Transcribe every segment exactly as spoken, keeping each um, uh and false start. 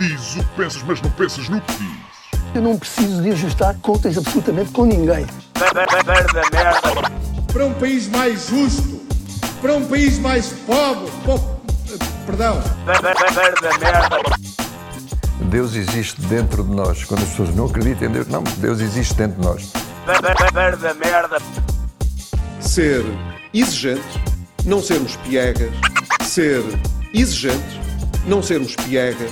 Dizes o que pensas, mas não pensas no que dizes. Eu não preciso de ajustar contas absolutamente com ninguém. Para um país mais justo, para um país mais pobre, po- perdão. Deus existe dentro de nós. Quando as pessoas não acreditam em Deus, não, Deus existe dentro de nós. Ser exigente, não sermos piegas. Ser exigente, não sermos piegas.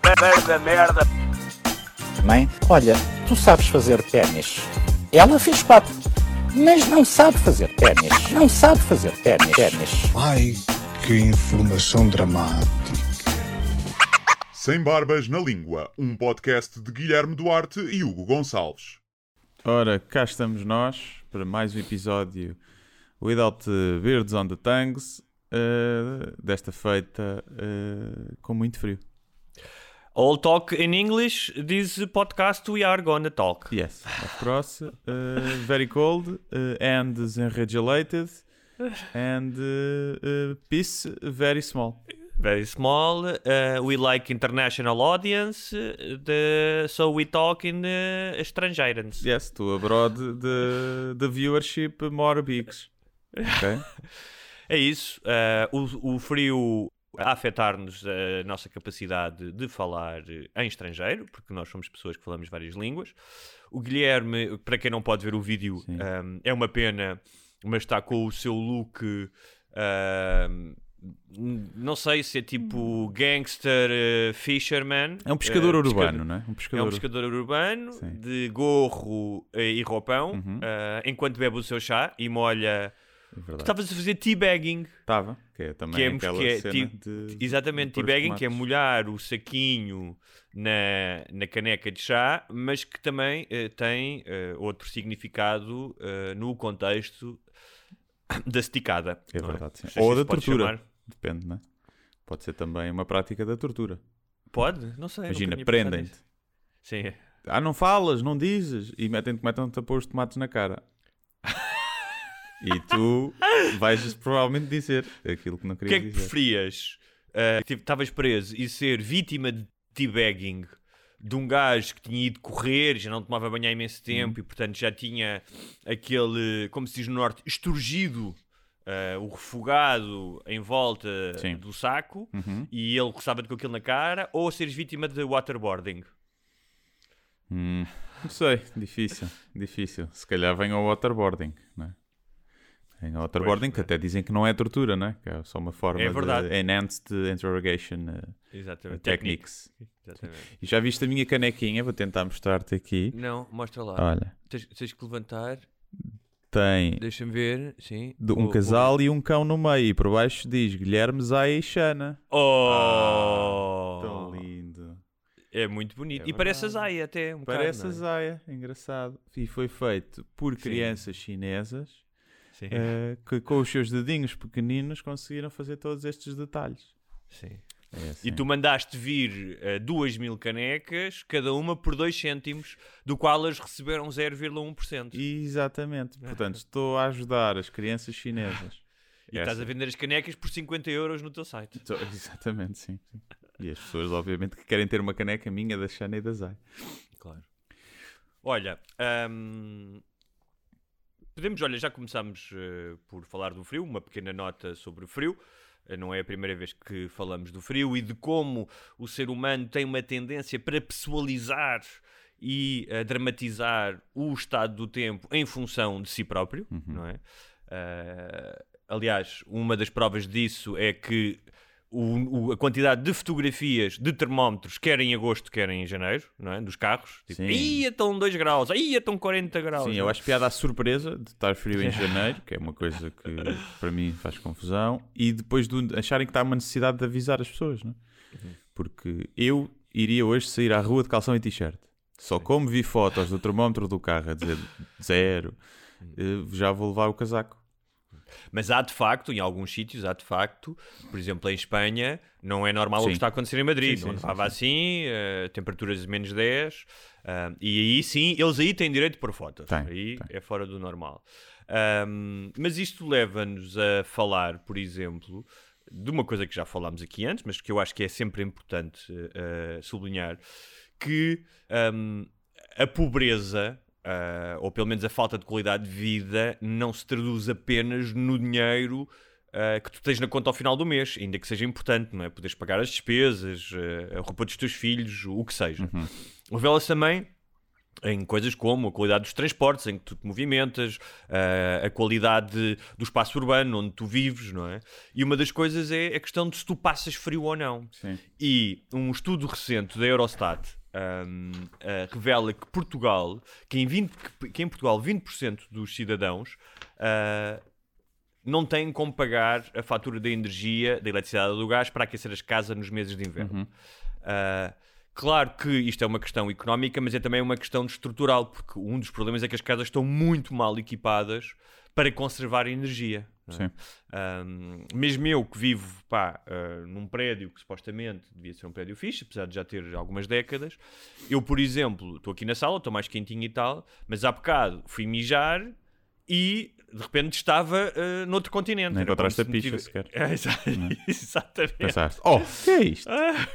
Mãe, olha, tu sabes fazer ténis. Ela fez quatro, mas não sabe fazer ténis. Não sabe fazer ténis. ténis. Ai, que informação dramática. Sem Barbas na Língua, um podcast de Guilherme Duarte e Hugo Gonçalves. Ora, cá estamos nós para mais um episódio Without Beards on the Tongues, uh, desta feita uh, com muito frio. All talk in English, this podcast we are gonna talk. Yes, of course. Uh, very cold uh, and unregulated and uh, uh, peace very small. Very small. Uh, we like international audience, uh, the, so we talk in uh, estrangeiros. Yes, to abroad the, the viewership more bigs. Okay. É isso. Uh, o, o frio a afetar-nos a nossa capacidade de falar em estrangeiro, porque nós somos pessoas que falamos várias línguas. O Guilherme, para quem não pode ver o vídeo, um, é uma pena, mas está com o seu look, um, não sei se é tipo gangster uh, fisherman. É um pescador uh, urbano, pescador, não é? Um pescador, é um pescador urbano, sim, de gorro uh, e roupão, uhum, uh, enquanto bebe o seu chá e molha... É verdade. Tu estavas a fazer teabagging. Estava, que é também que é, aquela que é, cena ti, de... Exatamente, de teabagging, que é molhar o saquinho na, na caneca de chá, mas que também uh, tem uh, outro significado uh, no contexto da esticada. É não verdade, é? sim. Ou da tortura. Chamar. Depende, não é? Pode ser também uma prática da tortura. Pode? Não sei. Imagina, prendem-te. Sim. Ah, não falas, não dizes. E metem-te, começam-te a pôr os tomates na cara. E tu vais provavelmente dizer aquilo que não O querias que é que dizer. preferias? Estavas uh, preso e ser vítima de teabagging de um gajo que tinha ido correr, já não tomava banho há imenso tempo, hum. e portanto já tinha aquele, como se diz no norte, esturgido, uh, o refogado em volta, sim, do saco, uhum, e ele roçava-te com aquilo na cara, ou seres vítima de waterboarding? Hum, não sei, difícil, difícil. Se calhar vem ao waterboarding, não é? Em waterboarding, pois, que até dizem que não é tortura, não é? Que é só uma forma é de enhanced interrogation uh, techniques. Exatamente. E já viste a minha canequinha? Vou tentar mostrar-te aqui. Não, mostra lá. Olha. Tens, tens que levantar. Tem... Deixa-me ver, sim. De um o, casal o... e um cão no meio. E por baixo diz Guilherme Zaya e Xana. Oh! Ah, tão lindo. É muito bonito. É e verdade. Parece a Zaya até. Um parece bocado, a Zaya. Engraçado. E foi feito por crianças, sim, chinesas. Uh, que com os seus dedinhos pequeninos conseguiram fazer todos estes detalhes. Sim. É assim. E tu mandaste vir uh, duas mil canecas, cada uma por dois cêntimos, do qual elas receberam zero vírgula um por cento. Exatamente. Portanto, estou a ajudar as crianças chinesas. E Essa. Estás a vender as canecas por cinquenta euros no teu site. Então, exatamente, sim, sim. E as pessoas, obviamente, que querem ter uma caneca minha da Xana e da Zay. Claro. Olha... Um... Podemos, olha, já começámos uh, por falar do frio, uma pequena nota sobre o frio. Uh, não é a primeira vez que falamos do frio e de como o ser humano tem uma tendência para pessoalizar e uh, dramatizar o estado do tempo em função de si próprio, uhum, não é? Uh, aliás, uma das provas disso é que O, o, a quantidade de fotografias de termómetros, quer em agosto, quer em janeiro, não é? Dos carros. Tipo, ia estão dois graus, ia estão quarenta graus. Sim, eu acho piada a surpresa de estar frio em janeiro, que é uma coisa que para mim faz confusão, e depois de acharem que está uma necessidade de avisar as pessoas, não é? Uhum. Porque eu iria hoje sair à rua de calção e t-shirt. Só sim, como vi fotos do termómetro do carro a dizer zero, já vou levar o casaco. Mas há de facto, em alguns sítios, há de facto, por exemplo, em Espanha, não é normal, sim, o que está a acontecer em Madrid. Sim, não estava assim, uh, temperaturas de menos dez, uh, e aí sim, eles aí têm direito de pôr fotos. Tem, aí tem. É fora do normal. Um, mas isto leva-nos a falar, por exemplo, de uma coisa que já falámos aqui antes, mas que eu acho que é sempre importante uh, sublinhar, que um, a pobreza, uh, ou pelo menos a falta de qualidade de vida, não se traduz apenas no dinheiro uh, que tu tens na conta ao final do mês, ainda que seja importante, não é? Poderes pagar as despesas, uh, a roupa dos teus filhos, o que seja. Uhum. Revela-se também em coisas como a qualidade dos transportes em que tu te movimentas, uh, a qualidade do espaço urbano onde tu vives, não é? E uma das coisas é a questão de se tu passas frio ou não. Sim. E um estudo recente da Eurostat um, uh, revela que Portugal, que em, vinte, que em Portugal vinte por cento dos cidadãos uh, não têm como pagar a fatura da energia, da eletricidade ou do gás para aquecer as casas nos meses de inverno. Uhum. Uh, Claro que isto é uma questão económica, mas é também uma questão estrutural, porque um dos problemas é que as casas estão muito mal equipadas para conservar a energia. Sim. Um, mesmo eu que vivo pá, uh, num prédio que supostamente devia ser um prédio fixe, apesar de já ter algumas décadas, eu, por exemplo, estou aqui na sala, estou mais quentinho e tal, mas há bocado fui mijar e de repente estava uh, noutro continente. Nem encontraste a picha tive... sequer. É, exa... Exatamente. Pensaste, oh, que é isto?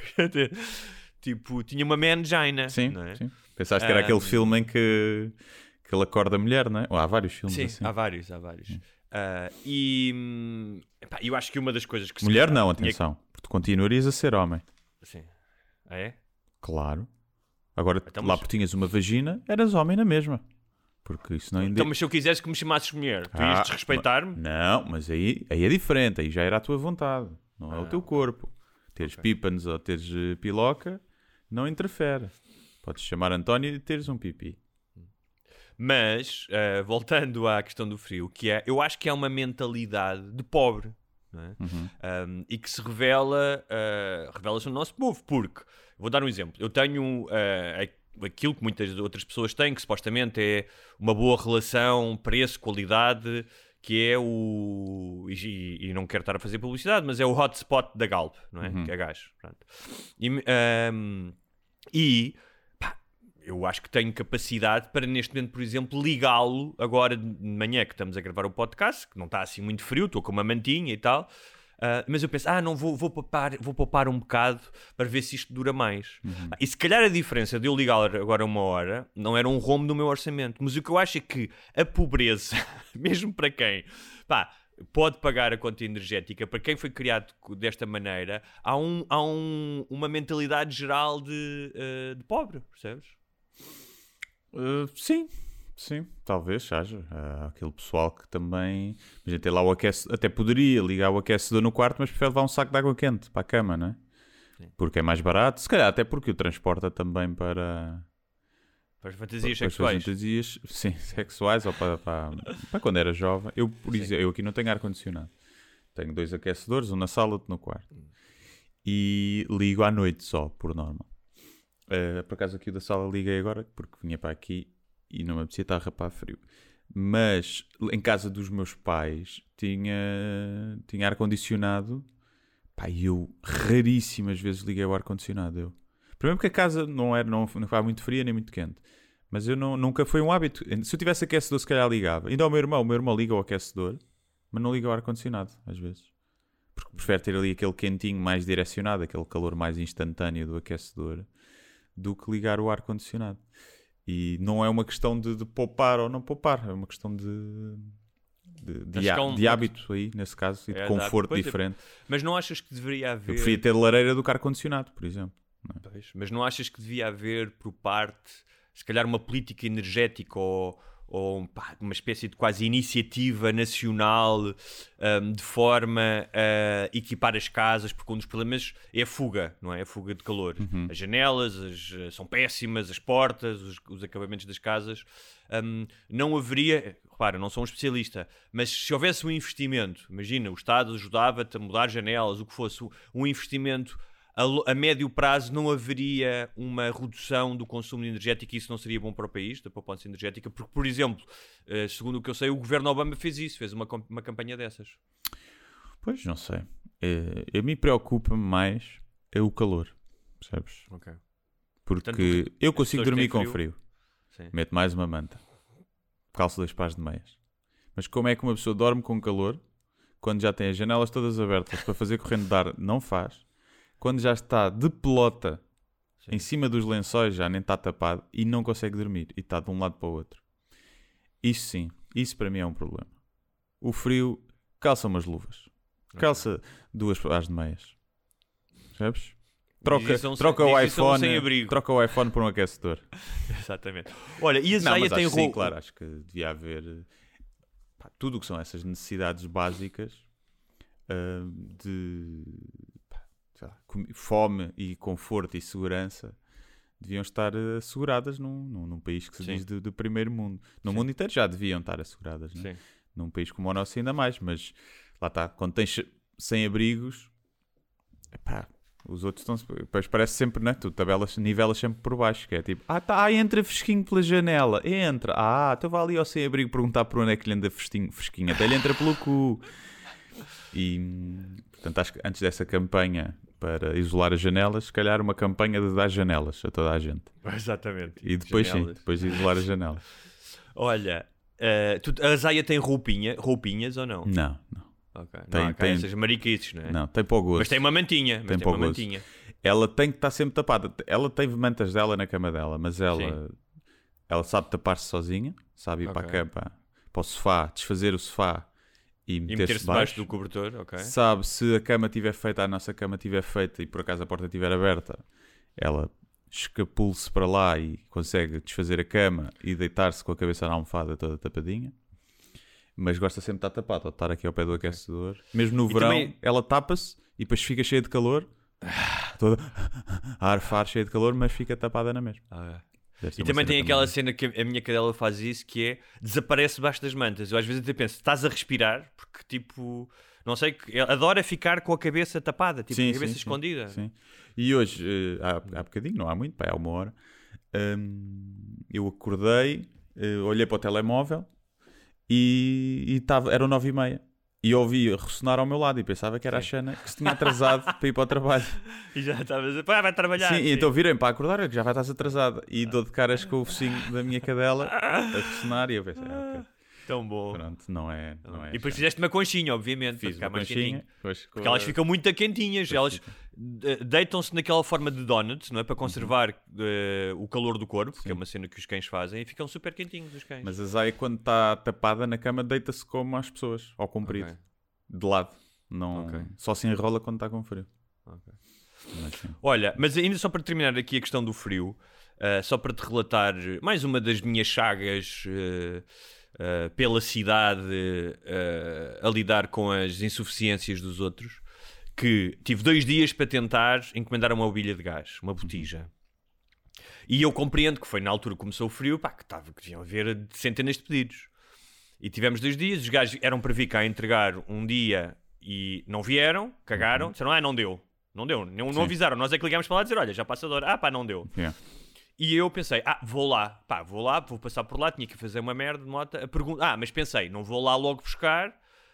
Tipo, tinha uma mangina. Sim, não é? sim. Pensaste que era Um, aquele filme em que, que ele acorda a mulher, não é? Ou há vários filmes Sim, assim. há vários, há vários. Uh, e hum, epá, eu acho que uma das coisas que... Mulher se... não, tinha... atenção. Porque tu continuarias a ser homem. Sim. Ah, é? Claro. Agora, então, lá mas... porque tinhas uma vagina, eras homem na mesma. Porque isso não indica... Então, mas se eu quisesse que me chamasses mulher, tu ah, ias desrespeitar-me? Não, mas aí, aí é diferente. Aí já era a tua vontade. Não é ah, o teu okay. corpo. Teres okay. pípanos ou teres uh, piloca... não interfere. Podes chamar António e teres um pipi. Mas, uh, voltando à questão do frio, que é, eu acho que é uma mentalidade de pobre, não é? Uhum. Um, e que se revela, uh, revela-se no nosso povo, porque, vou dar um exemplo, eu tenho uh, aquilo que muitas outras pessoas têm, que supostamente é uma boa relação preço-qualidade, que é o... E, e não quero estar a fazer publicidade, mas é o hotspot da Galp, não é? Uhum. Que é gás. Pronto. E, um, e pá, eu acho que tenho capacidade para, neste momento, por exemplo, ligá-lo agora de manhã que estamos a gravar o podcast, que não está assim muito frio, estou com uma mantinha e tal, uh, mas eu penso, ah, não, vou, vou, poupar, vou poupar um bocado para ver se isto dura mais. Uhum. E se calhar a diferença de eu ligar agora uma hora não era um rombo no meu orçamento, mas o que eu acho é que a pobreza, mesmo para quem, pá, pode pagar a conta energética, para quem foi criado desta maneira, há, um, há um, uma mentalidade geral de, uh, de pobre, percebes? Uh, sim, sim, talvez haja. Há aquele pessoal que também... A gente tem lá o aquecedor, até poderia ligar o aquecedor no quarto, mas prefere levar um saco de água quente para a cama, não é? Sim. Porque é mais barato. Se calhar até porque o transporta também para... Para as fantasias para, sexuais. Para as fantasias, sim, sexuais ou para, para, para quando era jovem. Eu, por exemplo, eu aqui não tenho ar-condicionado. Tenho dois aquecedores, um na sala, outro no quarto. E ligo à noite só, por norma. Uh, por acaso aqui o da sala liguei agora, porque vinha para aqui e não me apetecia estar a rapar frio. Mas em casa dos meus pais tinha, tinha ar-condicionado. Pá, e eu raríssimas vezes liguei o ar-condicionado. Eu. Primeiro porque a casa não era não, não estava muito fria nem muito quente. Mas eu não, nunca foi um hábito. Se eu tivesse aquecedor, se calhar ligava. Ainda ao meu irmão, o meu irmão liga o aquecedor, mas não liga o ar-condicionado, às vezes. Porque prefere ter ali aquele quentinho mais direcionado, aquele calor mais instantâneo do aquecedor, do que ligar o ar-condicionado. E não é uma questão de, de poupar ou não poupar, é uma questão de, de, de, há, de hábito aí, nesse caso, e de é conforto diferente. É. Mas não achas que deveria haver... Eu preferia ter lareira do que ar-condicionado, por exemplo. Não é? Pois, mas não achas que devia haver, por parte, se calhar uma política energética ou, ou pá, uma espécie de quase iniciativa nacional um, de forma a equipar as casas, porque um dos problemas é a fuga, não é? A fuga de calor. Uhum. As janelas as, são péssimas, as portas, os, os acabamentos das casas. Um, não haveria... Repara, não sou um especialista, mas se houvesse um investimento, imagina, o Estado ajudava-te a mudar janelas, o que fosse, um investimento... A, a médio prazo não haveria uma redução do consumo energético e isso não seria bom para o país, da poupança energética, porque, por exemplo, uh, segundo o que eu sei, o governo Obama fez isso, fez uma, uma campanha dessas. Pois, não sei. É, eu me preocupa-me mais é o calor, percebes? Ok. Porque Portanto, eu consigo dormir frio. com frio. Sim. Meto mais uma manta. Calço dois pares de meias. Mas como é que uma pessoa dorme com calor quando já tem as janelas todas abertas para fazer corrente de ar, não faz. Quando já está de pelota Sim. em cima dos lençóis, já nem está tapado e não consegue dormir e está de um lado para o outro. Isso sim, isso para mim é um problema. O frio, calça umas luvas, calça okay. duas pares de meias, sabes? Troca, são, troca o iPhone, troca o iPhone por um aquecedor. Exatamente. Olha, e a Zaya tem roupa. Sim, ro... claro, acho que devia haver pá, tudo o que são essas necessidades básicas uh, de pá, sei lá, fome e conforto e segurança deviam estar asseguradas num, num, num país que se Sim. diz de, de primeiro mundo. No Sim. mundo inteiro já deviam estar asseguradas, né? Num país como o nosso ainda mais, mas lá está, quando tens sem abrigos, epá, os outros estão, depois parece sempre, né? Tu tabelas, nivelas sempre por baixo, que é tipo, ah, tá, ah, entra fresquinho pela janela, entra, ah, então vai ali ao sem abrigo perguntar por onde é que lhe anda fresquinho, fresquinho, até ele entra pelo cu. E, portanto, acho que antes dessa campanha para isolar as janelas, se calhar uma campanha de dar janelas a toda a gente. Exatamente. E depois janelas. sim, depois de isolar as janelas. Olha, uh, tu, a Zaya tem roupinha, roupinhas ou não? Não, não. Okay. Tem, não há tem... essas mariquices, não é? Não, tem para o gosto. Mas tem uma mantinha. Mas tem tem uma mantinha. Ela tem que estar sempre tapada. Ela teve mantas dela na cama dela, mas ela, ela sabe tapar-se sozinha, sabe ir okay. para a cama, para o sofá, desfazer o sofá e meter-se, e meter-se debaixo do cobertor. Okay. Sabe, se a cama estiver feita, a nossa cama estiver feita e por acaso a porta estiver aberta, ela escapule-se para lá e consegue desfazer a cama e deitar-se com a cabeça na almofada toda tapadinha. Mas gosta sempre de estar tapado, ou de estar aqui ao pé do aquecedor. Mesmo no e verão, também... ela tapa-se e depois fica cheia de calor. Toda a arfar cheia de calor, mas fica tapada na mesma. Ah, é. E também tem aquela também. cena que a minha cadela faz isso, que é desaparece debaixo das mantas. Eu às vezes até penso, estás a respirar, porque tipo, não sei, adora ficar com a cabeça tapada, tipo, sim, a cabeça sim, escondida. Sim, sim. E hoje, há, há bocadinho, não há muito, pá, há uma hora, hum, eu acordei, uh, olhei para o telemóvel e, e tava, eram nove e meia. E ouvi ressonar ao meu lado e pensava que era sim. a Xana que se tinha atrasado para ir para o trabalho. E já estava a dizer, pá, vai trabalhar. Sim, sim. E então virem para acordar, que já vai estar atrasada. E dou de caras com o focinho da minha cadela a ressonar e eu pensei, ah, ok. Tão bom. Pronto, não é. Não é e depois fizeste uma conchinha, obviamente, Fiz para ficar uma mais conchinha, quentinho. Porque elas ficam muito quentinhas. Elas deitam-se naquela forma de donuts, não é? Para conservar uh, o calor do corpo, sim. que é uma cena que os cães fazem, e ficam super quentinhos os cães. Mas a Zaya, quando está tapada na cama, deita-se como as pessoas, ao comprido. Okay. De lado. Não... Okay. Só se enrola quando está com frio. Okay. Mas, olha, mas ainda só para terminar aqui a questão do frio, uh, só para te relatar mais uma das minhas sagas uh, uh, pela cidade uh, a lidar com as insuficiências dos outros, que tive dois dias para tentar encomendar uma mobília de gás, uma botija. E eu compreendo que foi na altura que começou o frio, pá, que, tava, que deviam haver centenas de pedidos. E tivemos dois dias, os gajos eram para vir cá entregar um dia e não vieram, cagaram, uhum. disseram, ah, não deu, não deu, não, não avisaram, nós é que ligámos para lá dizer, olha, já passa a hora, ah pá, não deu. Yeah. E eu pensei, ah, vou lá, pá, vou lá, vou passar por lá, tinha que fazer uma merda de moto, a pergunta, ah, mas pensei, não vou lá logo buscar,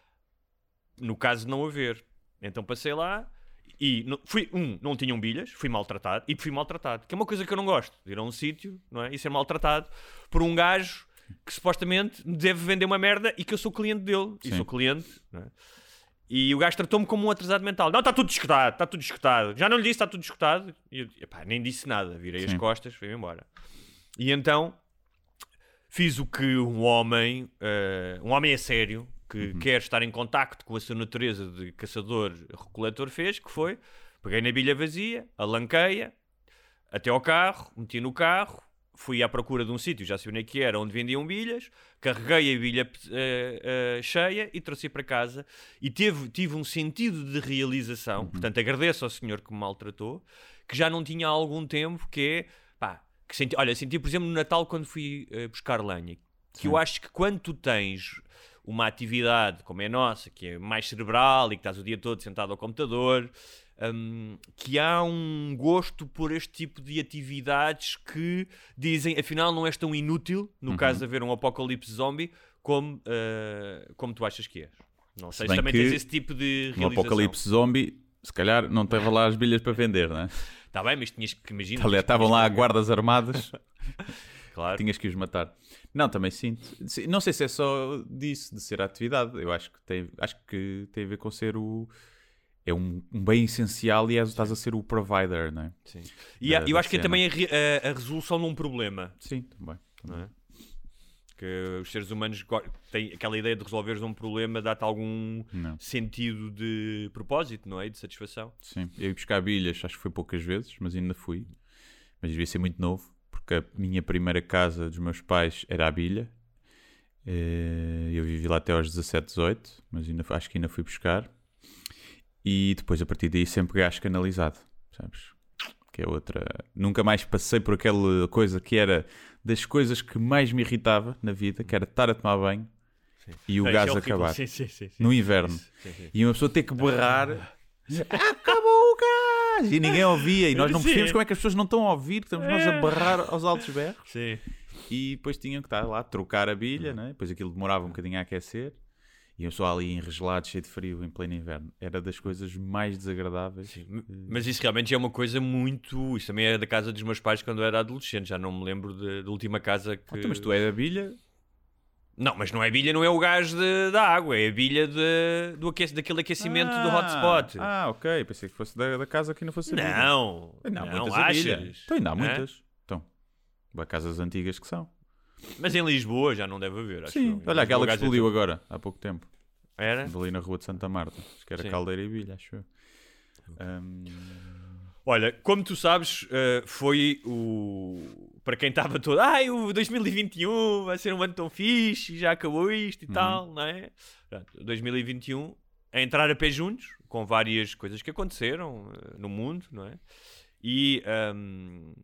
no caso de não haver. Então passei lá e, fui, um, não tinham bilhas, fui maltratado, e fui maltratado, que é uma coisa que eu não gosto, de ir a um sítio, não é, e ser maltratado por um gajo que supostamente deve vender uma merda e que eu sou cliente dele. Sim. E sou cliente, não é? E o gajo tratou-me como um atrasado mental. Não, está tudo escutado, está tudo escutado. Já não lhe disse, está tudo escutado. E eu, epá, nem disse nada. Virei Sim. as costas, fui-me embora. E então, fiz o que um homem, uh, um homem a sério, que uhum. quer estar em contacto com a sua natureza de caçador-recoletor fez, que foi, peguei na bilha vazia, alanquei-a, até ao carro, meti no carro, fui à procura de um sítio, já sabia onde que era, onde vendiam bilhas, carreguei a bilha uh, uh, cheia e trouxe para casa. E teve, tive um sentido de realização, uhum. portanto agradeço ao senhor que me maltratou, que já não tinha há algum tempo, que é, pá, que senti, olha, senti por exemplo no Natal quando fui uh, buscar lenha, que Sim. eu acho que quando tu tens uma atividade como é a nossa, que é mais cerebral e que estás o dia todo sentado ao computador... Um, que há um gosto por este tipo de atividades que dizem, afinal não és tão inútil, no uhum. caso de haver um apocalipse zombie, como, uh, como tu achas que és. Não sei se, se também tens esse tipo de realização. No apocalipse zombie, se calhar não teve lá as bilhas para vender, não é? Está bem, mas tinhas que imaginar... Estavam lá guardas armados. claro. Tinhas que os matar. Não, também sinto. Não sei se é só disso, de ser a atividade. Eu acho que tem, acho que tem a ver com ser o... É um, um bem essencial e és, estás a ser o provider, não é? Sim. E da, há, eu acho que é cena. também a, re- a, a resolução de um problema. Sim, também. Não é? Que os seres humanos go- têm aquela ideia de resolveres um problema, dá-te algum Não. sentido de propósito, não é? De satisfação. Sim. Eu ia buscar bilhas, acho que foi poucas vezes, mas ainda fui. Mas devia ser muito novo, porque a minha primeira casa dos meus pais era a bilha. Eh, Eu vivi lá até aos dezassete, dezoito, mas ainda, acho que ainda fui buscar. E depois, a partir daí, sempre gás canalizado, sabes? Que é outra... Nunca mais passei por aquela coisa que era das coisas que mais me irritava na vida, que era estar a tomar banho Sim. e o É, gás isso é horrível. acabar. Sim, sim, sim, sim. No inverno. Isso, sim, sim. E uma pessoa ter que berrar... Acabou o gás! E ninguém ouvia. E nós não Sim. percebemos como é que as pessoas não estão a ouvir, que estamos nós a berrar aos altos berros. Sim. E depois tinham que estar lá a trocar a bilha, né? Depois aquilo demorava um bocadinho a aquecer. E eu só ali enregelado, cheio de frio, em pleno inverno. Era das coisas mais desagradáveis. Sim, mas isso realmente é uma coisa muito... Isso também era da casa dos meus pais quando eu era adolescente. Já não me lembro de- da última casa que... Ah, então, mas tu é da bilha? Não, mas não é bilha, não é o gás de- da água. É a bilha de, do aquece, daquele aquecimento do hotspot. Ah, ok. Pensei que fosse da, da casa que não fosse a bilha. Não, Ainda há não, muitas a bilha. achas? Então ainda há Hã? muitas. Então, há casas antigas que são. Mas em Lisboa já não deve haver, acho Sim, eu. Em olha Lisboa aquela o que gás é explodiu todo- agora, há pouco tempo. Era? Ali na rua de Santa Marta. Acho que era Sim. Caldeira e Bilha, acho eu. Ahm, Olha, como tu sabes, eh, foi o... Para quem estava todo... Ai, o dois mil e vinte e um vai ser um ano tão fixe, já acabou isto e Uhum. tal, não é? Portanto, dois mil e vinte e um a entrar a pé juntos, com várias coisas que aconteceram eh, no mundo, não é? E, ahm,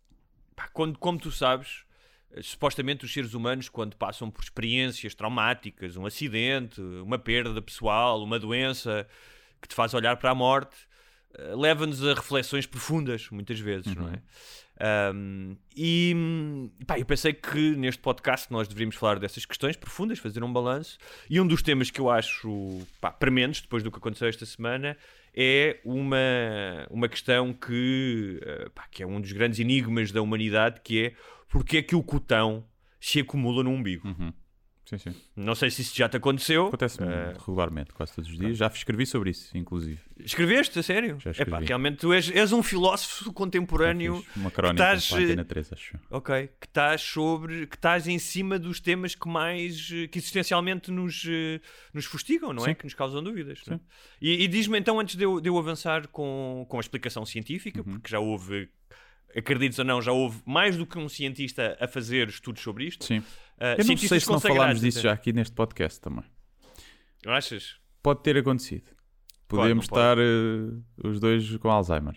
pá, quando, como tu sabes, eh, supostamente os seres humanos, quando passam por experiências traumáticas, um acidente, uma perda pessoal, uma doença que te faz olhar para a morte, eh, leva-nos a reflexões profundas, muitas vezes, não é? Um, e pá, eu pensei que neste podcast nós deveríamos falar dessas questões profundas, fazer um balanço, e um dos temas que eu acho pá, prementes, depois do que aconteceu esta semana, é uma, uma questão que, uh, pá, que é um dos grandes enigmas da humanidade, que é porque é que o cotão se acumula no umbigo. uhum. Sim, sim. Não sei se isso já te aconteceu. Acontece-me Uh, regularmente, quase todos os dias. Já escrevi sobre isso, inclusive. Escreveste, a sério? Já Epá, escrevi. realmente tu és, és um filósofo contemporâneo. Já fiz uma crónica estás, para a Antena três, acho. Ok, que estás sobre, que estás em cima dos temas que mais, eh, que existencialmente nos, eh, nos fustigam, não é? Sim. Que nos causam dúvidas. Não é? Sim. E, e diz-me então, antes de eu, de eu avançar com, com a explicação científica, Uhum. porque já houve, acredites ou não, já houve mais do que um cientista a fazer estudos sobre isto. Sim. Uh, Eu não sei cientistas se não consagrados, falámos disso até. já aqui neste podcast também. Achas? Pode ter acontecido. Podemos Pode, não estar uh, os dois com Alzheimer.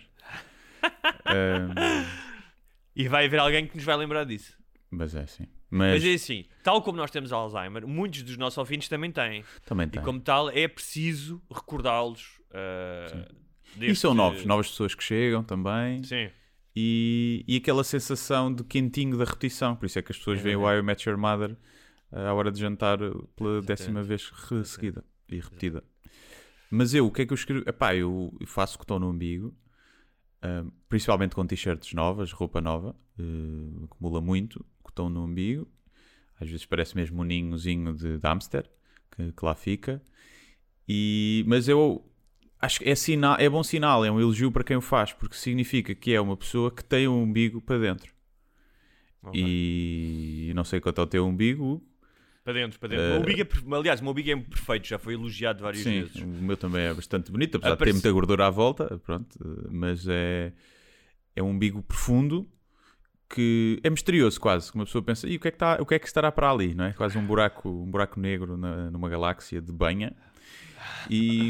Um, E vai haver alguém que nos vai lembrar disso. mas é assim. Mas, Mas é assim, tal como nós temos Alzheimer, muitos dos nossos ouvintes também têm. também E tem. como tal, é preciso recordá-los. Uh, E deste- são novos, novas pessoas que chegam também. Sim. E, e aquela sensação de quentinho da repetição. Por isso é que as pessoas veem o I Met Your Mother uh, à hora de jantar pela décima vez re- seguida e repetida. Mas eu, o que é que eu escrevo? Epá, eu faço cotão no umbigo, uh, principalmente com t-shirts novas, roupa nova, uh, acumula muito cotão no umbigo. Às vezes parece mesmo um ninhozinho de, de hamster que, que lá fica. E, mas eu acho que é, sinal, é bom sinal, é um elogio para quem o faz, porque significa que é uma pessoa que tem um umbigo para dentro. Ok. E não sei quanto é o teu umbigo, Hugo. Para dentro, para dentro. Uh, O meu umbigo é perfe- Aliás, o meu umbigo é perfeito, já foi elogiado várias Sim, vezes. o meu também é bastante bonito, apesar de Aparece- ter muita gordura à volta, pronto, mas é, é um umbigo profundo que é misterioso quase, que uma pessoa pensa, e o que é que, está, o que, é que estará para ali, não é? Quase um buraco, um buraco negro na, numa galáxia de banha. E,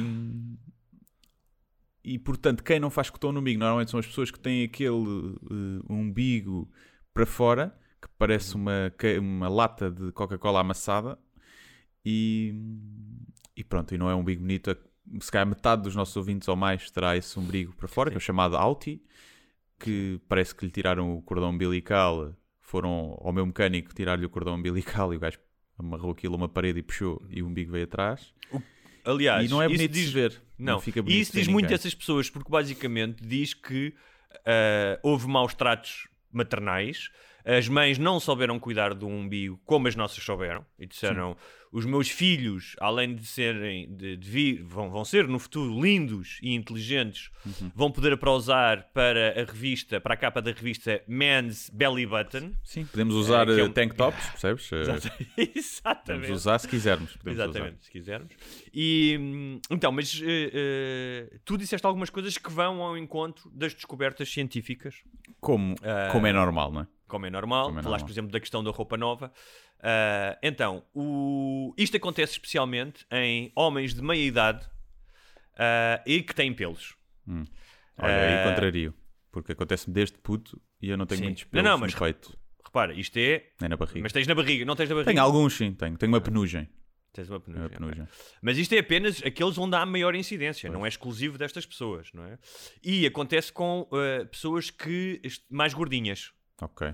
e portanto, quem não faz cotão no umbigo normalmente são as pessoas que têm aquele uh, umbigo para fora, que parece uma, ca- uma lata de Coca-Cola amassada, e, e pronto, e não é um umbigo bonito. Se calhar metade dos nossos ouvintes ou mais terá esse umbigo para fora, que é o chamado Auti, que parece que lhe tiraram o cordão umbilical, foram ao meu mecânico tirar-lhe o cordão umbilical e o gajo amarrou aquilo a uma parede e puxou e o umbigo veio atrás. Aliás, E não é isso bonito de diz... se ver. Não, fica e bonito isso ver diz muito ninguém. dessas pessoas, porque basicamente diz que uh, houve maus tratos maternais, As mães não souberam cuidar do umbigo como as nossas souberam e disseram: sim, os meus filhos, além de serem de, de vir, vão, vão ser no futuro lindos e inteligentes, uhum, vão poder para usar para a revista, para a capa da revista Men's Belly Button. Sim, podemos usar é, é um... tank tops, percebes? Exatamente. Podemos usar se quisermos. Exatamente, usar. se quisermos. E então, mas uh, uh, tu disseste algumas coisas que vão ao encontro das descobertas científicas. Como, uh, como é normal, não é? Como é normal. Como é Falaste, normal. por exemplo, da questão da roupa nova. Uh, então, o... isto acontece especialmente em homens de meia idade uh, e que têm pelos. Hum. Olha, uh... aí contrario. Porque acontece-me desde puto e eu não tenho sim, muitos pelos não, não, mas no peito. Repara, isto é... É na barriga. Mas tens na barriga, não tens na barriga? Tenho alguns, sim. Tenho, tenho uma penugem. Tens uma penugem. Uma penugem. Okay. Mas isto é apenas aqueles onde há maior incidência, pois. Não é exclusivo destas pessoas, não é? E acontece com uh, pessoas que mais gordinhas. Ok.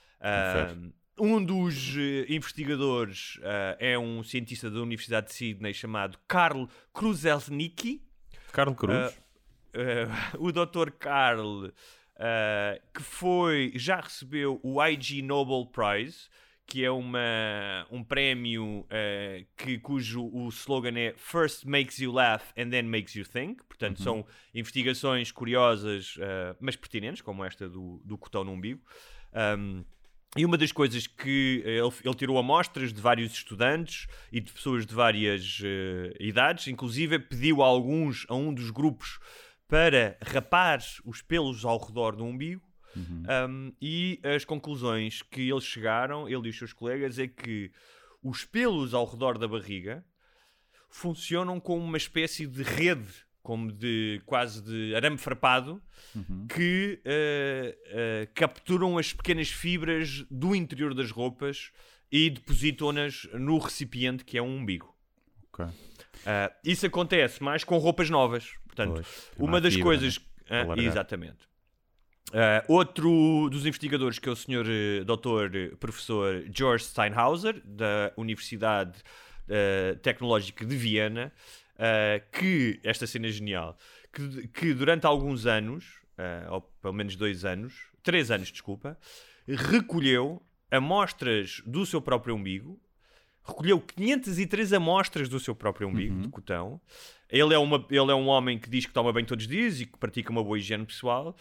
Uh, um dos uh, investigadores uh, é um cientista da Universidade de Sydney chamado Karl Kruszelnicki. Karl Cruz. Uh, uh, o doutor Karl, uh, que foi, já recebeu o I G Nobel Prize, que é uma, um prémio uh, que, cujo o slogan é First makes you laugh and then makes you think. Portanto, uhum, são investigações curiosas, uh, mas pertinentes, como esta do, do cotão no umbigo. Um, e uma das coisas que ele, ele tirou amostras de vários estudantes e de pessoas de várias uh, idades, inclusive pediu a alguns, a um dos grupos, para rapar os pelos ao redor do umbigo. Uhum. Um, e as conclusões que eles chegaram, ele e os seus colegas, é que os pelos ao redor da barriga funcionam como uma espécie de rede, como de quase de arame farpado, uhum, que uh, uh, capturam as pequenas fibras do interior das roupas e depositam-nas no recipiente que é um umbigo. Okay. Uh, isso acontece mais com roupas novas. Portanto, pois, uma das fibra, coisas... Né? Uh, exatamente. Uh, outro dos investigadores, que é o senhor uh, doutor uh, professor George Steinhauser, da Universidade uh, Tecnológica de Viena, uh, que, esta cena é genial, que, que durante alguns anos, uh, ou pelo menos dois anos, três anos, desculpa, recolheu amostras do seu próprio umbigo, recolheu quinhentas e três amostras do seu próprio umbigo, uhum, de cotão. Ele é, uma, ele é um homem que diz que toma banho todos os dias e que pratica uma boa higiene pessoal,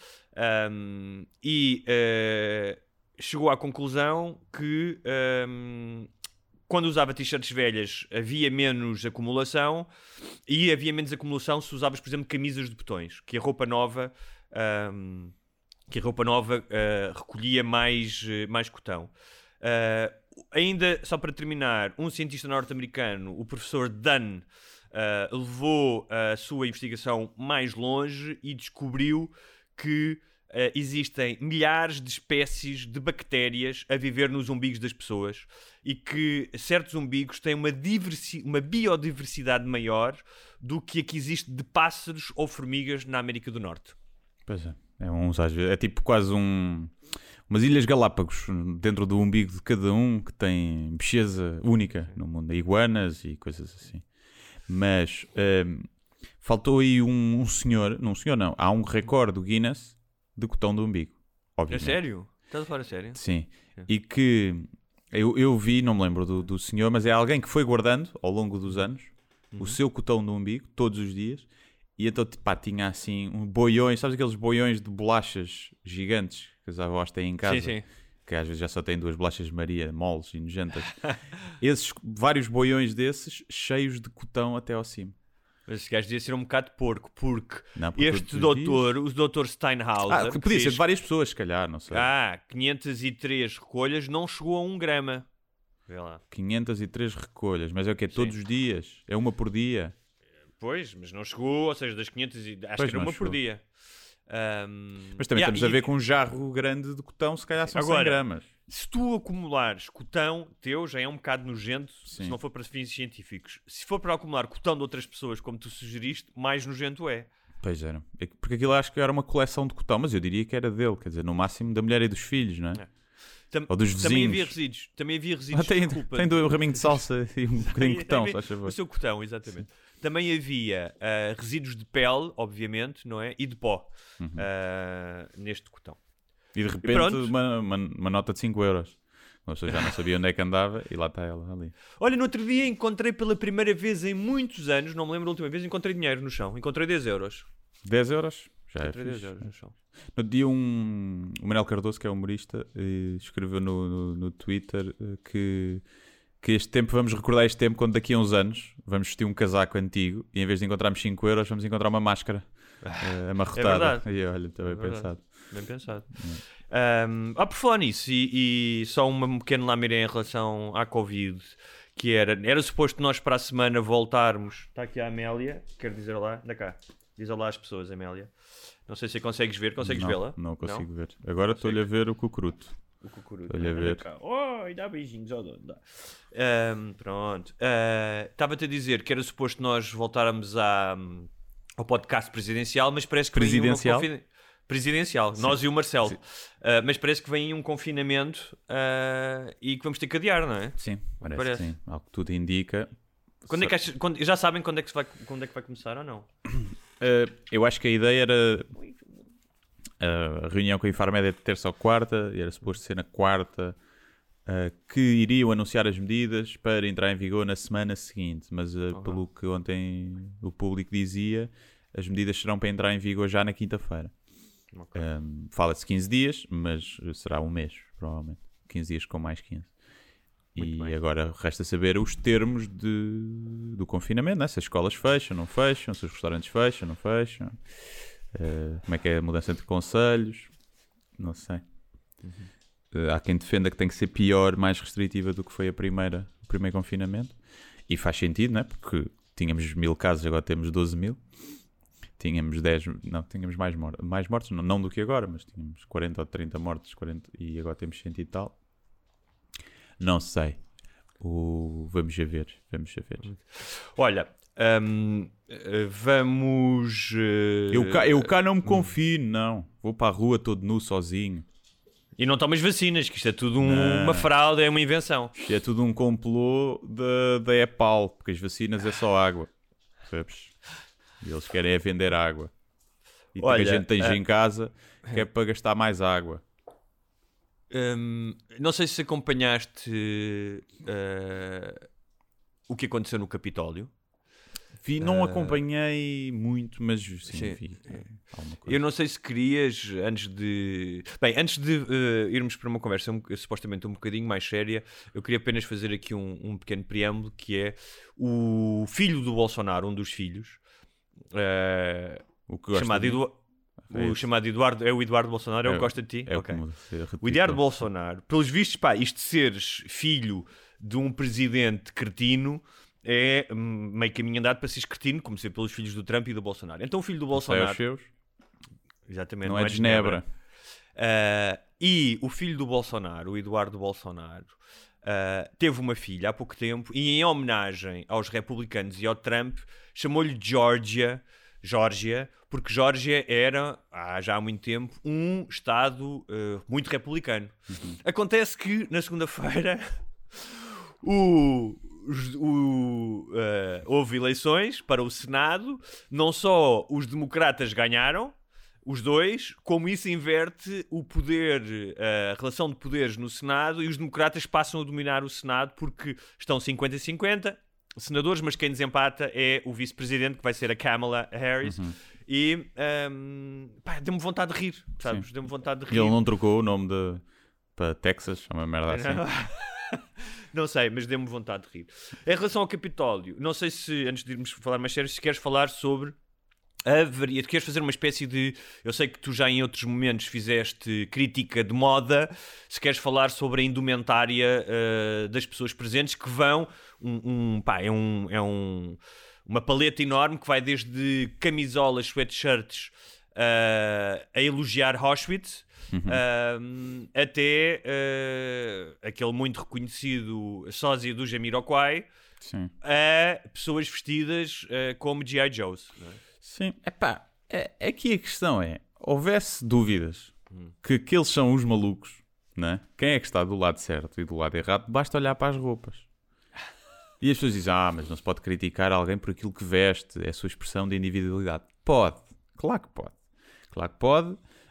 um, e uh, chegou à conclusão que um, quando usava t-shirts velhas havia menos acumulação, e havia menos acumulação se usavas, por exemplo, camisas de botões, que a roupa nova, um, que a roupa nova uh, recolhia mais, uh, mais cotão. Uh, ainda, só para terminar, um cientista norte-americano, o professor Dunn, uh, levou a sua investigação mais longe e descobriu que uh, existem milhares de espécies de bactérias a viver nos umbigos das pessoas, e que certos umbigos têm uma, diversi- uma biodiversidade maior do que a que existe de pássaros ou formigas na América do Norte. Pois é, é, uns, às vezes, é tipo quase um... umas Ilhas Galápagos dentro do umbigo de cada um, que tem bicheza única no mundo, iguanas e coisas assim. Mas um, faltou aí um, um senhor, não um senhor não, há um recorde do Guinness de cotão do umbigo. Obviamente. É sério? Estás a falar a sério? Sim. É. E que eu, eu vi, não me lembro do, do senhor, mas é alguém que foi guardando ao longo dos anos, uhum, o seu cotão do umbigo, todos os dias. E então, pá, tinha assim um boiões, sabes aqueles boiões de bolachas gigantes que as avós têm em casa? Sim, sim. Que às vezes já só têm duas bolachas Maria, moles e nojentas. Esses, vários boiões desses, cheios de cotão até ao cimo. Mas esse gajo devia ser um bocado porco, porque, não, porque este doutor, dias... o doutor Steinhauser... Ah, podia ser fez... de várias pessoas, se calhar, não sei. Ah, quinhentas e três recolhas, não chegou a um grama. Vê lá. quinhentas e três recolhas, mas é o quê? Todos os dias? É uma por dia? Pois, mas não chegou, ou seja, das quinhentas, e... acho pois que era uma chegou. Por dia. Um... Mas também yeah, estamos a ver com um jarro grande de cotão, se calhar são agora, cem gramas. Se tu acumulares cotão teu, já é um bocado nojento. Sim. Se não for para fins científicos. Se for para acumular cotão de outras pessoas, como tu sugeriste, mais nojento é. Pois era. Porque aquilo acho que era uma coleção de cotão, mas eu diria que era dele, quer dizer, no máximo da mulher e dos filhos, não é? é. Tam- Ou dos vizinhos. Também havia resíduos. Também havia resíduos. Ah, tem, desculpa, tem do raminho de salsa e um bocadinho de cotão, faz favor. O seu cotão, exatamente. Sim. Também havia uh, resíduos de pele, obviamente, não é? E de pó, uhum, uh, neste cotão. E de repente pronto. uma, uma, uma nota de cinco euros. Uma pessoa já não sabia onde é que andava e lá está ela ali. Olha, no outro dia encontrei pela primeira vez em muitos anos, não me lembro da última vez, encontrei dinheiro no chão. Encontrei dez euros. dez euros? Já encontrei é dez fixe. euros no chão. No dia um, o Manel Cardoso, que é humorista, eh, escreveu no, no, no Twitter eh, que, que este tempo, vamos recordar este tempo quando daqui a uns anos vamos vestir um casaco antigo e em vez de encontrarmos cinco euros vamos encontrar uma máscara eh, amarrotada. É e olha, está bem É verdade. pensado. Bem pensado. Um, ah, por falar nisso, e, e só uma pequena lámina em relação à Covid, que era, era suposto nós para a semana voltarmos. Está aqui a Amélia, quero dizer lá, anda cá, diz olá às pessoas, Amélia. Não sei se consegues ver, consegues não, vê-la? Não consigo não? ver. Agora estou-lhe a ver o cucuruto. O cucuruto. Estou-lhe a ver. Oh, e dá beijinhos ao dono. Dá. Um, pronto. Estava-te uh, a dizer que era suposto nós voltarmos à, ao podcast presidencial, mas parece que presidencial. vem um confin... Presidencial, Sim. nós e o Marcelo. Uh, mas parece que vem aí um confinamento uh, e que vamos ter que adiar, não é? Sim, parece, parece. que sim. Ao que tudo indica. Quando é que achas, quando, já sabem quando é, que se vai, quando é que vai começar ou não? Uh, eu acho que a ideia era. Uh, a reunião com a Infarmed é de terça ou quarta, e era suposto ser na quarta, uh, que iriam anunciar as medidas para entrar em vigor na semana seguinte. Mas, uh, uhum. pelo que ontem o público dizia, as medidas serão para entrar em vigor já na quinta-feira. Okay. Um, fala-se quinze dias, mas será um mês, provavelmente. quinze dias com mais quinze. Muito e bem. Agora resta saber os termos de, do confinamento, né? Se as escolas fecham, não fecham, se os restaurantes fecham, não fecham. Uh, como é que é a mudança entre concelhos? Não sei. Uhum. Uh, há quem defenda que tem que ser pior, mais restritiva do que foi a primeira, o primeiro confinamento. E faz sentido, né? Porque tínhamos mil casos, agora temos doze mil. Tínhamos dez, não, tínhamos mais, mor- mais mortes, não, não do que agora, mas tínhamos quarenta ou trinta mortes, quarenta, e agora temos cem e tal. Não sei. O... Vamos a ver, vamos a ver. Olha, hum, vamos... Uh... Eu, cá, eu cá não me confino, não. Vou para a rua todo nu, sozinho. E não tomas vacinas, que isto é tudo um, uma fraude, é uma invenção. Isto é tudo um complô da, da EPAL, porque as vacinas é só água. Sabes? E eles querem é vender água. E Olha, que a gente tem uh... em casa que é para gastar mais água. Um, não sei se acompanhaste uh, o que aconteceu no Capitólio. Vi, não uh, acompanhei muito, mas sim, sim. vi. É. Eu não sei se querias, antes de... Bem, antes de uh, irmos para uma conversa um, supostamente um bocadinho mais séria, eu queria apenas fazer aqui um, um pequeno preâmbulo, que é o filho do Bolsonaro, um dos filhos, uh, o que chamado Eduardo... É o chamado Eduardo, é o Eduardo Bolsonaro, é o que gosta de ti? É okay. o, o Eduardo Bolsonaro, pelos vistos, pá, isto de seres filho de um presidente cretino é meio caminho andado para seres cretino, como ser pelos filhos do Trump e do Bolsonaro. Então o filho do Bolsonaro... Não é os seus? Exatamente. Não, não é de Genebra. Uh, e o filho do Bolsonaro, o Eduardo Bolsonaro, uh, teve uma filha há pouco tempo e em homenagem aos republicanos e ao Trump chamou-lhe Georgia... Geórgia, porque Geórgia era, há já há muito tempo, um Estado uh, muito republicano. Uhum. Acontece que, na segunda-feira, o, o, uh, houve eleições para o Senado. Não só os democratas ganharam, os dois, como isso inverte o poder, a relação de poderes no Senado, e os democratas passam a dominar o Senado porque estão cinquenta a cinquenta senadores, mas quem desempata é o vice-presidente, que vai ser a Kamala Harris. Uhum. E um, pá, deu-me vontade de rir, sabes? Deu-me vontade de rir. E ele não trocou o nome de... para Texas? É uma merda assim. Não, não sei, mas deu-me vontade de rir. Em relação ao Capitólio, não sei se, antes de irmos falar mais sério, se queres falar sobre a varia... Queres fazer uma espécie de... Eu sei que tu já em outros momentos fizeste crítica de moda. Se queres falar sobre a indumentária uh, das pessoas presentes, que vão... Um, um, pá, é um, é um, uma paleta enorme que vai desde camisolas, sweatshirts uh, a elogiar Auschwitz, uhum. uh, até uh, aquele muito reconhecido sósia do Jamiroquai, sim. a pessoas vestidas uh, como G I. Joes. Não é? Sim, epá, é, aqui a questão é, houvesse dúvidas hum. que aqueles são os malucos, né? Quem é que está do lado certo e do lado errado, basta olhar para as roupas. E as pessoas dizem, ah, mas não se pode criticar alguém por aquilo que veste, é a sua expressão de individualidade. Pode, claro que pode. Claro que pode.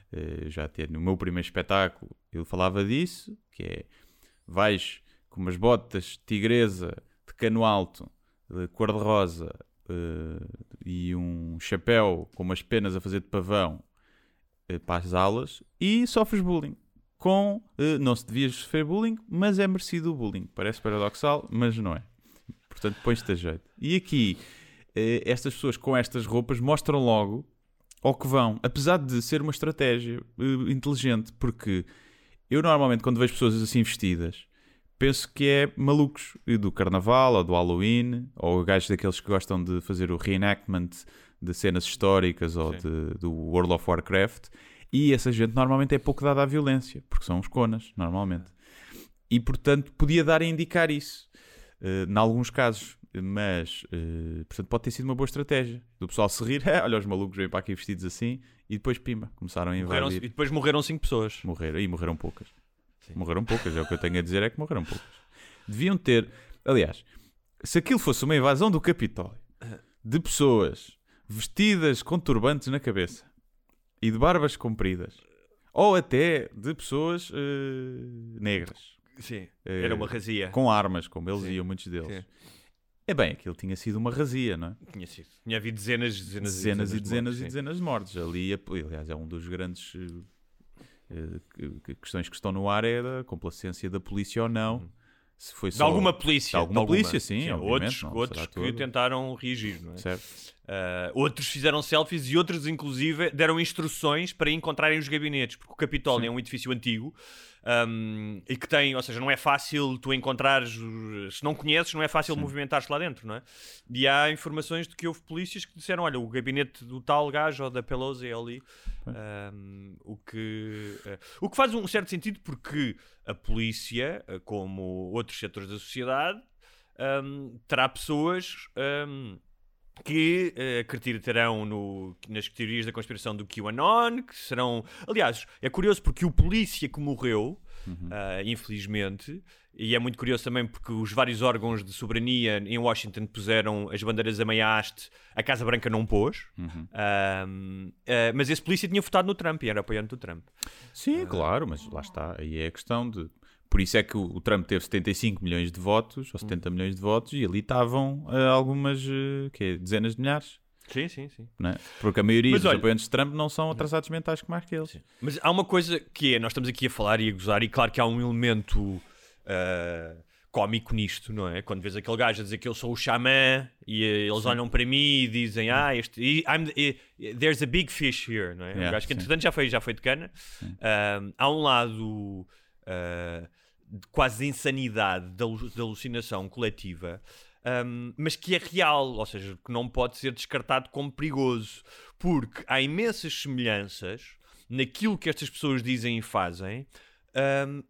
Uh, já tinha, no meu primeiro espetáculo ele falava disso, que é, vais com umas botas de tigresa de cano alto, de cor-de-rosa, uh, e um chapéu com umas penas a fazer de pavão uh, para as aulas, e sofres bullying. Com, uh, não se devias sofrer bullying, mas é merecido o bullying. Parece paradoxal, mas não é. Portanto, pões-te a jeito. E aqui, uh, estas pessoas com estas roupas mostram logo ao que vão, apesar de ser uma estratégia uh, inteligente, porque eu normalmente, quando vejo pessoas assim vestidas, penso que é malucos do Carnaval, ou do Halloween, ou gajos daqueles que gostam de fazer o reenactment de cenas históricas, ou de, do World of Warcraft, e essa gente normalmente é pouco dada à violência, porque são os conas, normalmente. E, portanto, podia dar a indicar isso, uh, em alguns casos. Mas, uh, portanto, pode ter sido uma boa estratégia do pessoal se rir, olha os malucos vêm para aqui vestidos assim, e depois pimba, começaram a invadir. Morreram, e depois morreram cinco pessoas. Morreram, e morreram poucas. Sim. Morreram poucas, é o que eu tenho a dizer, é que morreram poucas. Deviam ter, aliás, se aquilo fosse uma invasão do Capitólio, de pessoas vestidas com turbantes na cabeça e de barbas compridas, ou até de pessoas uh, negras. Sim, era uma razia. Uh, com armas, como eles Sim. iam, muitos deles. Sim. É bem, aquilo tinha sido uma razia, não é? Tinha sido. Tinha havido dezenas, dezenas, dezenas e dezenas, dezenas, e dezenas de mortes. Ali, aliás, é um dos grandes uh, uh, questões que estão no ar, é a complacência da polícia ou não. Uhum. Se foi só... De alguma polícia. De alguma, de alguma. polícia, sim. sim outros outros que todo. tentaram reagir, não é? Certo. Uh, outros fizeram selfies e outros, inclusive, deram instruções para encontrarem os gabinetes, porque o Capitólio sim. é um edifício antigo um, e que tem, ou seja, não é fácil tu encontrares, se não conheces, não é fácil movimentares-te lá dentro, não é? E há informações de que houve polícias que disseram, olha, o gabinete do tal gajo ou da Pelosi é ali, um, o, que, uh, o que faz um certo sentido, porque a polícia, como outros setores da sociedade, um, terá pessoas... Um, que uh, acreditarão no, nas teorias da conspiração do QAnon, que serão... Aliás, é curioso porque o polícia que morreu, uhum. uh, infelizmente, e é muito curioso também porque os vários órgãos de soberania em Washington puseram as bandeiras a meia haste, a Casa Branca não pôs, uhum. uh, uh, mas esse polícia tinha votado no Trump e era apoiante do Trump. Sim, uh, claro, mas lá está, aí é a questão de... Por isso é que o Trump teve setenta e cinco milhões de votos, ou setenta hum. milhões de votos, e ali estavam uh, algumas, uh, que é, dezenas de milhares. Sim, sim, sim. Não é? Porque a maioria Mas, dos olha, apoiantes de Trump não são atrasados mentais como mais que eles. Sim. Mas há uma coisa que é, nós estamos aqui a falar e a gozar, e claro que há um elemento uh, cómico nisto, não é? Quando vês aquele gajo a dizer que eu sou o xamã, e uh, eles sim. olham para mim e dizem, ah, este, I'm the, uh, there's a big fish here, não é? Yeah, um gajo que entretanto já foi, já foi de cana. Uh, há um lado... Uh, de quase insanidade da, da alucinação coletiva, um, mas que é real, ou seja, que não pode ser descartado como perigoso, porque há imensas semelhanças naquilo que estas pessoas dizem e fazem um,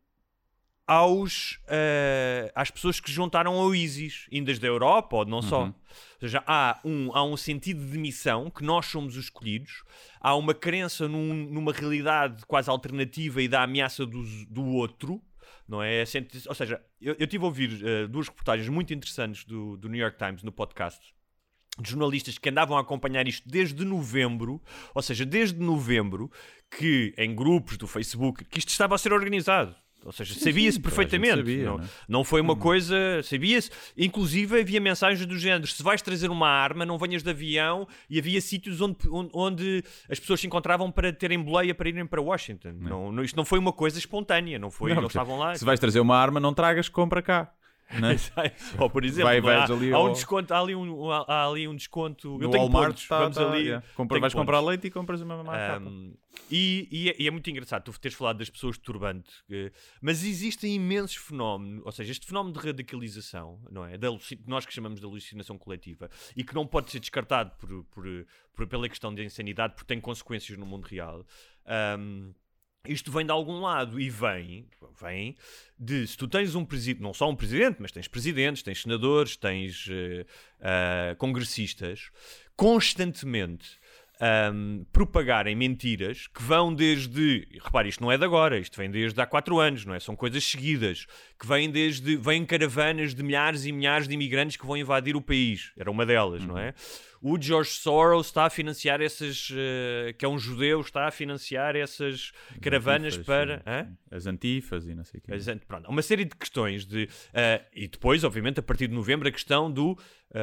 aos, uh, às pessoas que juntaram ao ISIS, indas da Europa, ou não só. Uhum. Ou seja, há um, há um sentido de missão, que nós somos os escolhidos, há uma crença num, numa realidade quase alternativa e da ameaça do, do outro, não é? Ou seja, eu, eu tive a ouvir uh, duas reportagens muito interessantes do, do New York Times no podcast, de jornalistas que andavam a acompanhar isto desde novembro, ou seja, desde novembro, que em grupos do Facebook, que isto estava a ser organizado. Ou seja, sabia-se perfeitamente. Sabia, não, não, é? não foi uma hum. coisa... Sabia-se. Inclusive, havia mensagens do género. Se vais trazer uma arma, não venhas de avião. E havia sítios onde, onde, onde as pessoas se encontravam para terem boleia para irem para Washington. Não. Não, isto não foi uma coisa espontânea. Não foi... Não, eles estavam lá. Se vais trazer uma arma, não tragas, compra cá. Né? Ou por exemplo, vai, vai, há, ali, há, um desconto, há, ali um, há ali um desconto. No eu tenho Walmart, pontos, tá, vamos tá, ali. Yeah. Compra, vais pontos. comprar leite e compras uma marca. Um, e, e, é, e é muito engraçado tu teres falado das pessoas de turbante, que, mas existem imensos fenómenos, ou seja, este fenómeno de radicalização, não é? Da, nós que chamamos de alucinação coletiva, e que não pode ser descartado por, por, por, pela questão da insanidade, porque tem consequências no mundo real. Um, Isto vem de algum lado e vem, vem de, se tu tens um presidente, não só um presidente, mas tens presidentes, tens senadores, tens uh, uh, congressistas, constantemente um, propagarem mentiras que vão desde, repare, isto não é de agora, isto vem desde há quatro anos, não é? São coisas seguidas, que vêm desde, vêm caravanas de milhares e milhares de imigrantes que vão invadir o país, era uma delas, uhum. não é? o George Soros está a financiar essas, uh, que é um judeu, está a financiar essas As caravanas antifas, para... Sim, as antifas e não sei o que. As, pronto, uma série de questões. De, uh, e depois, obviamente, a partir de novembro, a questão do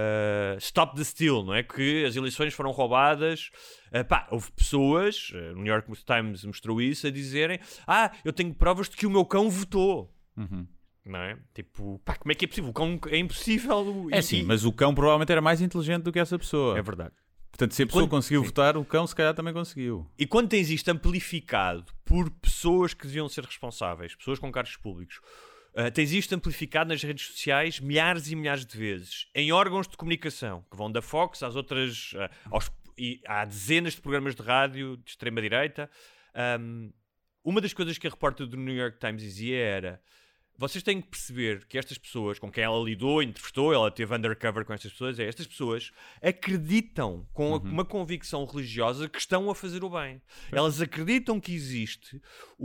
uh, Stop the Steal, não é? Que as eleições foram roubadas. Uh, pá, houve pessoas, uh, no New York Times mostrou isso, a dizerem ah, eu tenho provas de que o meu cão votou. Uhum. Não é? Tipo, pá, como é que é possível? O cão é impossível. É sim, mas o cão provavelmente era mais inteligente do que essa pessoa. É verdade. Portanto, se a pessoa quando... conseguiu sim. votar, o cão se calhar também conseguiu. E quando tens isto amplificado por pessoas que deviam ser responsáveis, pessoas com cargos públicos, uh, tens isto amplificado nas redes sociais milhares e milhares de vezes, em órgãos de comunicação, que vão da Fox às outras... Uh, aos, e há dezenas de programas de rádio de extrema-direita. Um, uma das coisas que a repórter do New York Times dizia era... Vocês têm que perceber que estas pessoas com quem ela lidou, entrevistou, ela teve undercover com estas pessoas, é estas pessoas acreditam com uhum. uma convicção religiosa que estão a fazer o bem. Elas acreditam que existe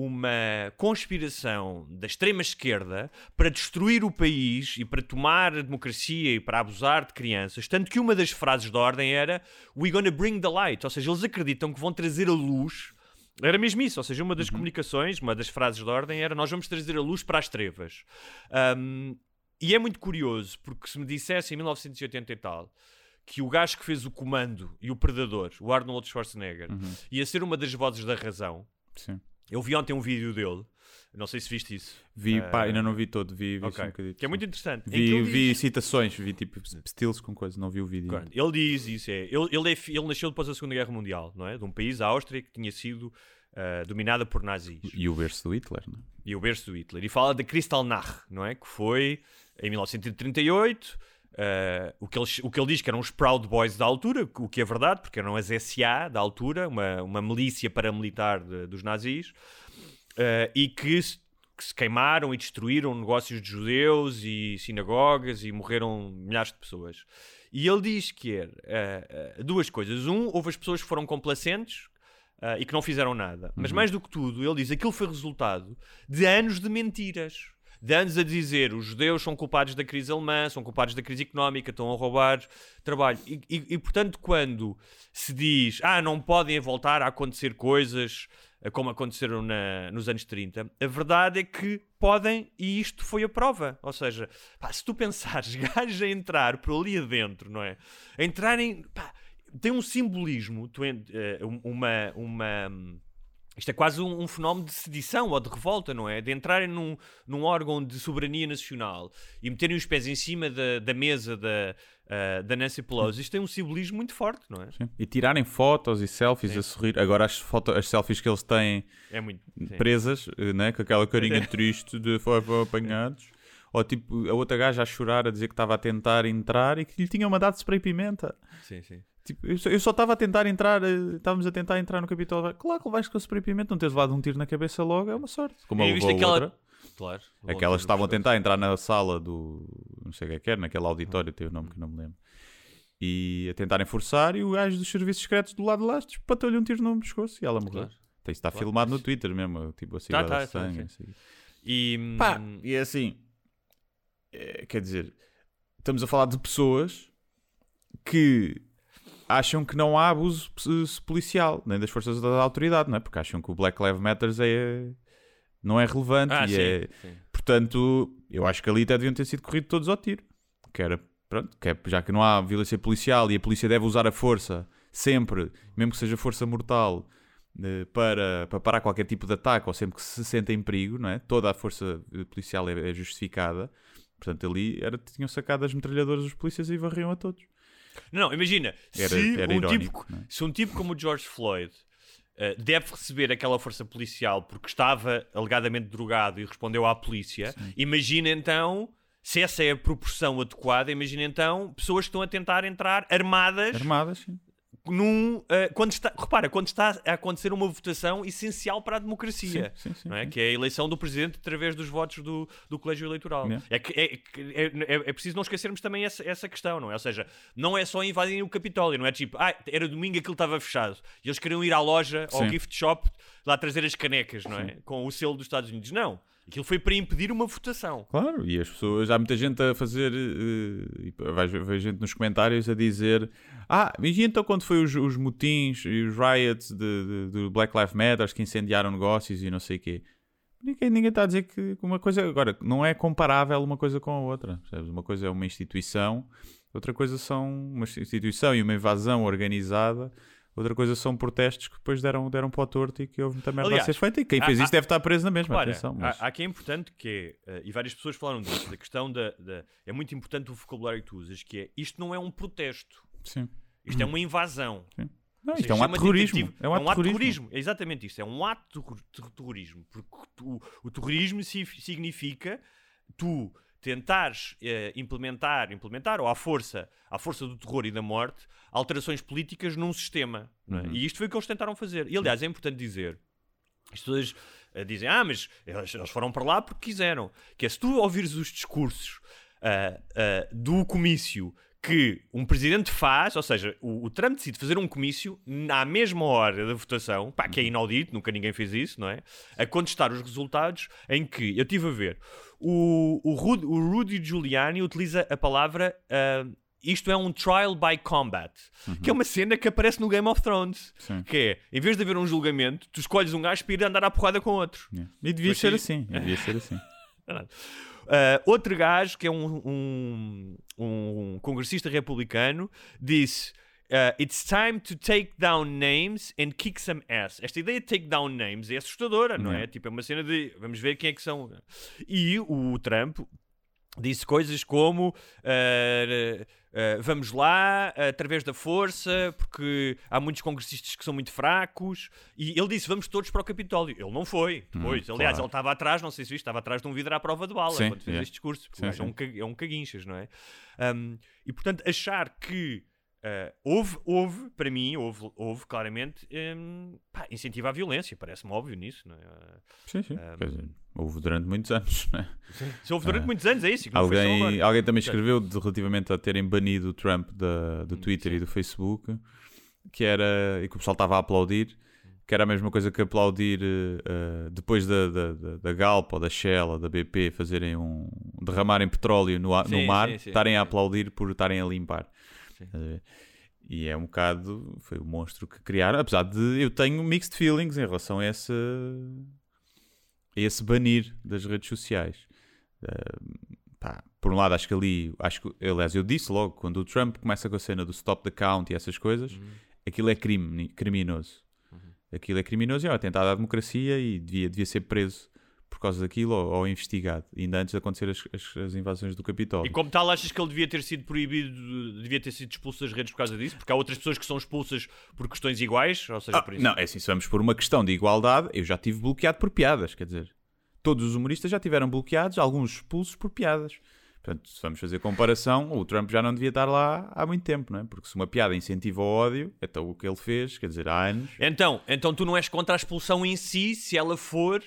uma conspiração da extrema-esquerda para destruir o país e para tomar a democracia e para abusar de crianças, tanto que uma das frases de ordem era "We're gonna bring the light", ou seja, eles acreditam que vão trazer a luz. Era mesmo isso, ou seja, uma das uhum. comunicações, uma das frases de ordem era nós vamos trazer a luz para as trevas. Um, e é muito curioso, porque se me dissesse em mil novecentos e oitenta e tal que o gajo que fez o Comando e o Predador, o Arnold Schwarzenegger, uhum. ia ser uma das vozes da razão. Sim. Eu vi ontem um vídeo dele, não sei se viste isso. Vi, uh, pá, ainda não vi todo, vi, vi okay. um bocadinho. Que é muito interessante. Vi, que vi diz... citações, vi tipo stills com coisas, não vi o vídeo. Claro. Ele diz isso, é, ele, ele, é, ele nasceu depois da Segunda Guerra Mundial, não é? De um país, a Áustria, que tinha sido uh, dominada por nazis. E o berço do Hitler, não é? E o berço do Hitler. E fala da Kristallnacht, não é? Que foi em mil novecentos e trinta e oito... Uh, o, que ele, o que ele diz que eram os Proud Boys da altura, o que é verdade, porque eram as S A da altura, uma, uma milícia paramilitar de, dos nazis, uh, e que se, que se queimaram e destruíram negócios de judeus e sinagogas e morreram milhares de pessoas. E ele diz que era uh, uh, duas coisas. Um, houve as pessoas que foram complacentes uh, e que não fizeram nada. Mas uhum. mais do que tudo, ele diz que aquilo foi resultado de anos de mentiras. De anos a dizer os judeus são culpados da crise alemã, são culpados da crise económica, estão a roubar trabalho. E, e, e portanto, quando se diz ah, não podem voltar a acontecer coisas como aconteceram na, nos anos trinta, a verdade é que podem, e isto foi a prova. Ou seja, pá, se tu pensares gajos a entrar por ali adentro, não é? A entrarem... Pá, tem um simbolismo, tu, uma... uma Isto é quase um, um fenómeno de sedição ou de revolta, não é? De entrarem num, num órgão de soberania nacional e meterem os pés em cima da, da mesa da, uh, da Nancy Pelosi. Isto tem um simbolismo muito forte, não é? Sim. E tirarem fotos e selfies sim. a sorrir. Agora as, foto, as selfies que eles têm é muito, presas, né? Com aquela carinha triste de foram apanhados. Ou tipo, a outra gaja a chorar, a dizer que estava a tentar entrar e que lhe tinham mandado spray pimenta. Sim, sim. Tipo, eu só estava a tentar entrar, estávamos a tentar entrar no Capitólio. Claro que levaste com o spray pimenta, não teres levado um tiro na cabeça logo, é uma sorte. Como e levou aquela... outra. Claro. Aquelas estavam a tentar entrar na sala do... Não sei o que é, naquele auditório, tem o nome que eu não me lembro. E a tentarem forçar e o gajo dos serviços secretos do lado de lá bateu-lhe um tiro no pescoço e ela morreu. Claro. Isso está claro. Filmado no Twitter mesmo, tipo assim, tá, tá, sangue. Tá, assim. E... Pá, e é assim... É, quer dizer, estamos a falar de pessoas que... acham que não há abuso policial, nem das forças da autoridade, não é? Porque acham que o Black Lives Matter é, não é relevante. Ah, e sim, é... sim. Portanto, eu acho que ali até deviam ter sido corridos todos ao tiro. Que era, pronto, que é, já que não há violência policial e a polícia deve usar a força sempre, mesmo que seja força mortal, para, para parar qualquer tipo de ataque ou sempre que se sente em perigo, não é? Toda a força policial é, é justificada. Portanto, ali era, tinham sacado as metralhadoras dos polícias e varriam a todos. Não, não, imagina, era, se, era um irónico, tipo, se um tipo como o George Floyd uh, deve receber aquela força policial porque estava alegadamente drogado e respondeu à polícia, sim. Imagina então, se essa é a proporção adequada, imagina então pessoas que estão a tentar entrar armadas, armadas sim. Num, uh, quando está, repara, quando está a acontecer uma votação essencial para a democracia, sim, sim, sim, não é? Sim. Que é a eleição do presidente através dos votos do, do colégio eleitoral. Yeah. É, que, é, é, é, é preciso não esquecermos também essa, essa questão, não é? Ou seja, não é só invadirem o Capitólio, não é tipo, ah, era domingo, aquilo estava fechado e eles queriam ir à loja, ao sim. gift shop, lá trazer as canecas, não é? Sim. Com o selo dos Estados Unidos. Não. Aquilo foi para impedir uma votação. Claro, e as pessoas, há muita gente a fazer, uh, vais ver gente nos comentários a dizer, ah, e então quando foi os, os motins e os riots de, de, de Black Lives Matter que incendiaram negócios e não sei o quê. Ninguém, ninguém está a dizer que uma coisa, agora, não é comparável uma coisa com a outra, percebes? Uma coisa é uma instituição, outra coisa são uma instituição e uma invasão organizada. Outra coisa são protestos que depois deram, deram para o torto e que houve muita merda Aliás, a ser feita. E quem há, fez há, isso deve estar preso na mesma. Olha, atenção. Mas... Há, há que é importante que é, uh, e várias pessoas falaram disso, da questão da, da... É muito importante o vocabulário que tu usas, que é, isto não é um protesto. Sim. Isto é uma invasão. Sim. Não, seja, isto é um ato de terrorismo. É um ato de terrorismo. terrorismo. É exatamente isto. É um ato de terrorismo. Porque tu, o terrorismo significa tu tentares eh, implementar, implementar, ou à força, à força do terror e da morte, alterações políticas num sistema. Não é? Uhum. E isto foi o que eles tentaram fazer. E, aliás, é importante dizer, as pessoas uh, dizem, ah, mas eles, eles foram para lá porque quiseram. Que é, se tu ouvires os discursos uh, uh, do comício que um presidente faz, ou seja, o, o Trump decide fazer um comício na mesma hora da votação, pá, que é inaudito, nunca ninguém fez isso, não é? A contestar os resultados, em que, eu estive a ver, o, o, Rudy, o Rudy Giuliani utiliza a palavra, uh, isto é um trial by combat, uhum. que é uma cena que aparece no Game of Thrones, Sim. que é, em vez de haver um julgamento, tu escolhes um gajo para ir andar à porrada com outro. Yeah. E devia ser assim, e devia ser assim. Uh, outro gajo, que é um, um, um congressista republicano, disse uh, It's time to take down names and kick some ass. Esta ideia de take down names é assustadora, não é? Tipo, é uma cena de vamos ver quem é que são. E o Trump disse coisas como uh, uh, vamos lá, uh, através da força, porque há muitos congressistas que são muito fracos, e ele disse vamos todos para o Capitólio. Ele não foi, depois. Hum, aliás, claro. Ele estava atrás, não sei se viste, estava atrás de um vidro à prova de bala, sim, quando fez é. este discurso, porque sim, o gajo é um, é um caguinchas, não é? Um, e portanto, achar que Uh, houve, houve, para mim, houve, houve claramente um, pá, incentivo à violência, parece-me óbvio nisso, não é? Sim, sim. Um, Quer dizer, houve durante muitos anos, não é? Sim. Se houve durante uh, muitos anos, é isso. Alguém, alguém também escreveu de, relativamente a terem banido o Trump da, do Twitter sim. e do Facebook, que era, e que o pessoal estava a aplaudir, que era a mesma coisa que aplaudir uh, depois da, da, da, da Galp ou da Shell ou da B P fazerem um, derramarem petróleo no, sim, no mar, sim, sim, estarem sim. a aplaudir por estarem a limpar. E é um bocado, foi o monstro que criaram, apesar de eu tenho mixed feelings em relação a esse, a esse banir das redes sociais. Uh, pá, por um lado acho que ali, acho que, aliás eu disse logo, quando o Trump começa com a cena do stop the count e essas coisas, uhum. aquilo é crime, criminoso. Uhum. Aquilo é criminoso e é um atentado à democracia e devia, devia ser preso por causa daquilo ou, ou investigado, ainda antes de acontecer as, as, as invasões do Capitólio. E como tal, achas que ele devia ter sido proibido, devia ter sido expulso das redes por causa disso? Porque há outras pessoas que são expulsas por questões iguais? Ou seja, ah, por isso... Não, é assim, se vamos por uma questão de igualdade, eu já tive bloqueado por piadas, quer dizer, todos os humoristas já tiveram bloqueados, alguns expulsos por piadas. Portanto, se vamos fazer comparação, o Trump já não devia estar lá há muito tempo, não é? Porque se uma piada incentiva o ódio, então o que ele fez, quer dizer, há anos... Então, então tu não és contra a expulsão em si, se ela for...